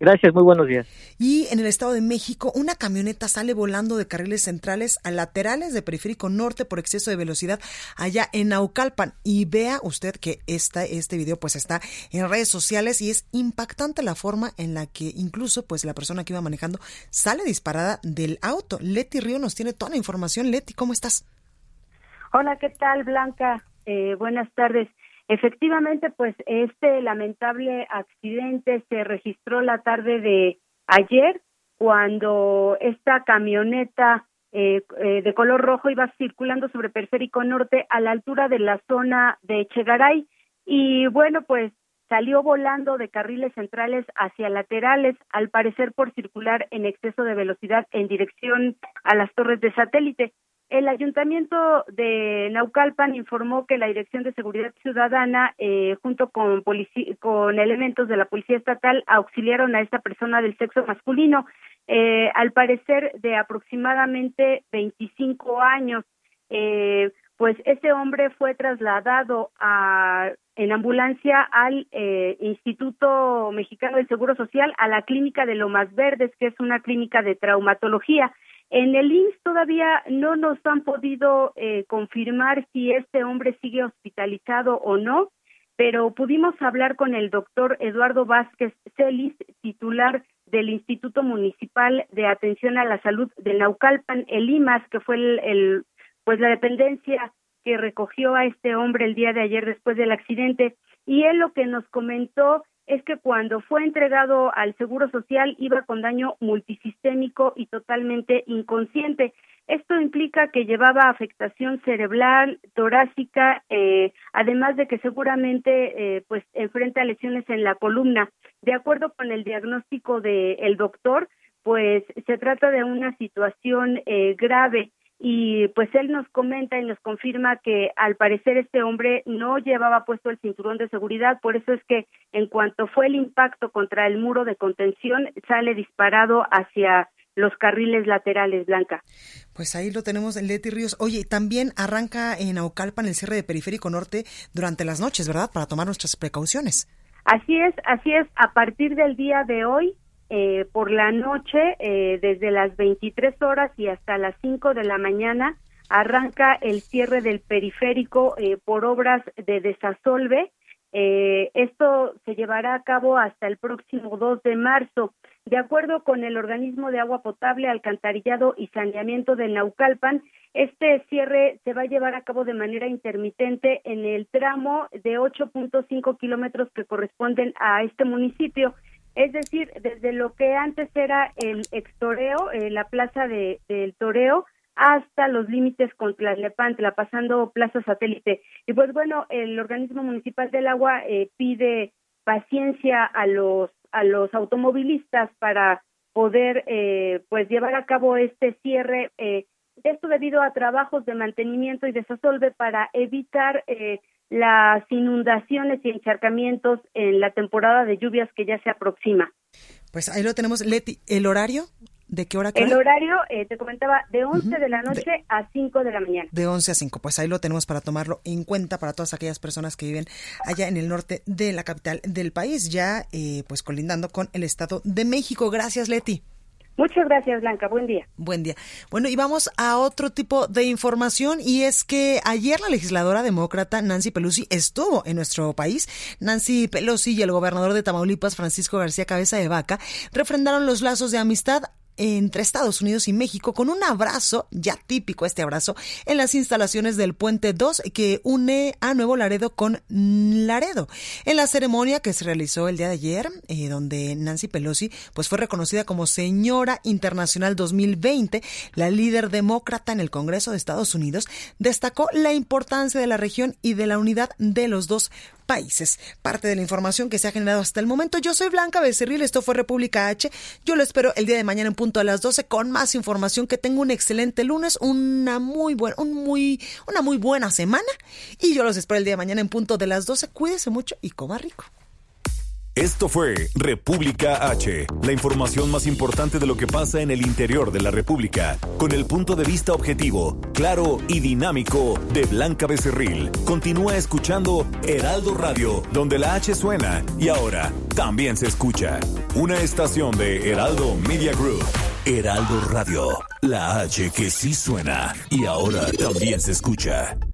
Gracias, muy buenos días. Y en el Estado de México, una camioneta sale volando de carriles centrales a laterales de Periférico Norte por exceso de velocidad allá en Naucalpan. Y vea usted que esta, este video pues está en redes sociales y es impactante la forma en la que incluso pues la persona que iba manejando sale disparada del auto. Leti Río nos tiene toda la información. Leti, ¿cómo estás? Hola, ¿qué tal, Blanca? Eh, buenas tardes. Efectivamente, pues este lamentable accidente se registró la tarde de ayer cuando esta camioneta eh, eh, de color rojo iba circulando sobre Periférico Norte a la altura de la zona de Echegaray y bueno, pues salió volando de carriles centrales hacia laterales, al parecer por circular en exceso de velocidad en dirección a las torres de satélite. El Ayuntamiento de Naucalpan informó que la Dirección de Seguridad Ciudadana, eh, junto con, polici- con elementos de la Policía Estatal, auxiliaron a esta persona del sexo masculino, eh, al parecer de aproximadamente veinticinco años. Eh, pues ese hombre fue trasladado a, en ambulancia al eh, Instituto Mexicano del Seguro Social, a la Clínica de Lomas Verdes, que es una clínica de traumatología. En el I M S S todavía no nos han podido eh, confirmar si este hombre sigue hospitalizado o no, pero pudimos hablar con el doctor Eduardo Vázquez Celis, titular del Instituto Municipal de Atención a la Salud de Naucalpan, el I M A S, que fue el, el pues la dependencia que recogió a este hombre el día de ayer después del accidente, y él lo que nos comentó es que cuando fue entregado al Seguro Social iba con daño multisistémico y totalmente inconsciente. Esto implica que llevaba afectación cerebral, torácica, eh, además de que seguramente eh, pues enfrenta lesiones en la columna. De acuerdo con el diagnóstico del doctor, pues se trata de una situación eh, grave. Y pues él nos comenta y nos confirma que al parecer este hombre no llevaba puesto el cinturón de seguridad, por eso es que en cuanto fue el impacto contra el muro de contención, sale disparado hacia los carriles laterales, Blanca. Pues ahí lo tenemos, Leti Ríos. Oye, también arranca en Naucalpan el cierre de Periférico Norte durante las noches, ¿verdad? Para tomar nuestras precauciones. Así es, así es. A partir del día de hoy, Eh, por la noche, eh, desde las veintitrés horas y hasta las cinco de la mañana, arranca el cierre del periférico eh, por obras de desasolve. Eh, esto se llevará a cabo hasta el próximo dos de marzo. De acuerdo con el Organismo de Agua Potable, Alcantarillado y Saneamiento de Naucalpan, este cierre se va a llevar a cabo de manera intermitente en el tramo de ocho punto cinco kilómetros que corresponden a este municipio. Es decir, desde lo que antes era el extoreo, eh, la plaza de, del toreo, hasta los límites con Tlalnepantla, pasando Plaza Satélite. Y pues bueno, el Organismo Municipal del Agua eh, pide paciencia a los a los automovilistas para poder eh, pues llevar a cabo este cierre. Eh, esto debido a trabajos de mantenimiento y desasolve para evitar eh, las inundaciones y encharcamientos en la temporada de lluvias que ya se aproxima. Pues ahí lo tenemos, Leti. ¿El horario? ¿De qué hora? A qué El hora? horario, eh, te comentaba, de once uh-huh. de la noche de, a cinco de la mañana. De once a cinco, pues ahí lo tenemos para tomarlo en cuenta para todas aquellas personas que viven allá en el norte de la capital del país, ya eh, pues colindando con el Estado de México. Gracias, Leti. Muchas gracias, Blanca. Buen día. Buen día. Bueno, y vamos a otro tipo de información, y es que ayer la legisladora demócrata Nancy Pelosi estuvo en nuestro país. Nancy Pelosi y el gobernador de Tamaulipas, Francisco García Cabeza de Vaca, refrendaron los lazos de amistad entre Estados Unidos y México con un abrazo, ya típico este abrazo, en las instalaciones del Puente dos que une a Nuevo Laredo con Laredo. En la ceremonia que se realizó el día de ayer, eh, donde Nancy Pelosi pues fue reconocida como Señora Internacional dos mil veinte, la líder demócrata en el Congreso de Estados Unidos destacó la importancia de la región y de la unidad de los dos países. Parte de la información que se ha generado hasta el momento. Yo soy Blanca Becerril, esto fue República H. Yo lo espero el día de mañana en punto a las doce con más información. Que tenga un excelente lunes, una muy buena, un muy, una muy buena semana, y yo los espero el día de mañana en punto de las doce. Cuídese mucho y coma rico. Esto fue República H, la información más importante de lo que pasa en el interior de la República, con el punto de vista objetivo, claro y dinámico de Blanca Becerril. Continúa escuchando Heraldo Radio, donde la H suena y ahora también se escucha. Una estación de Heraldo Media Group. Heraldo Radio, la H que sí suena y ahora también se escucha.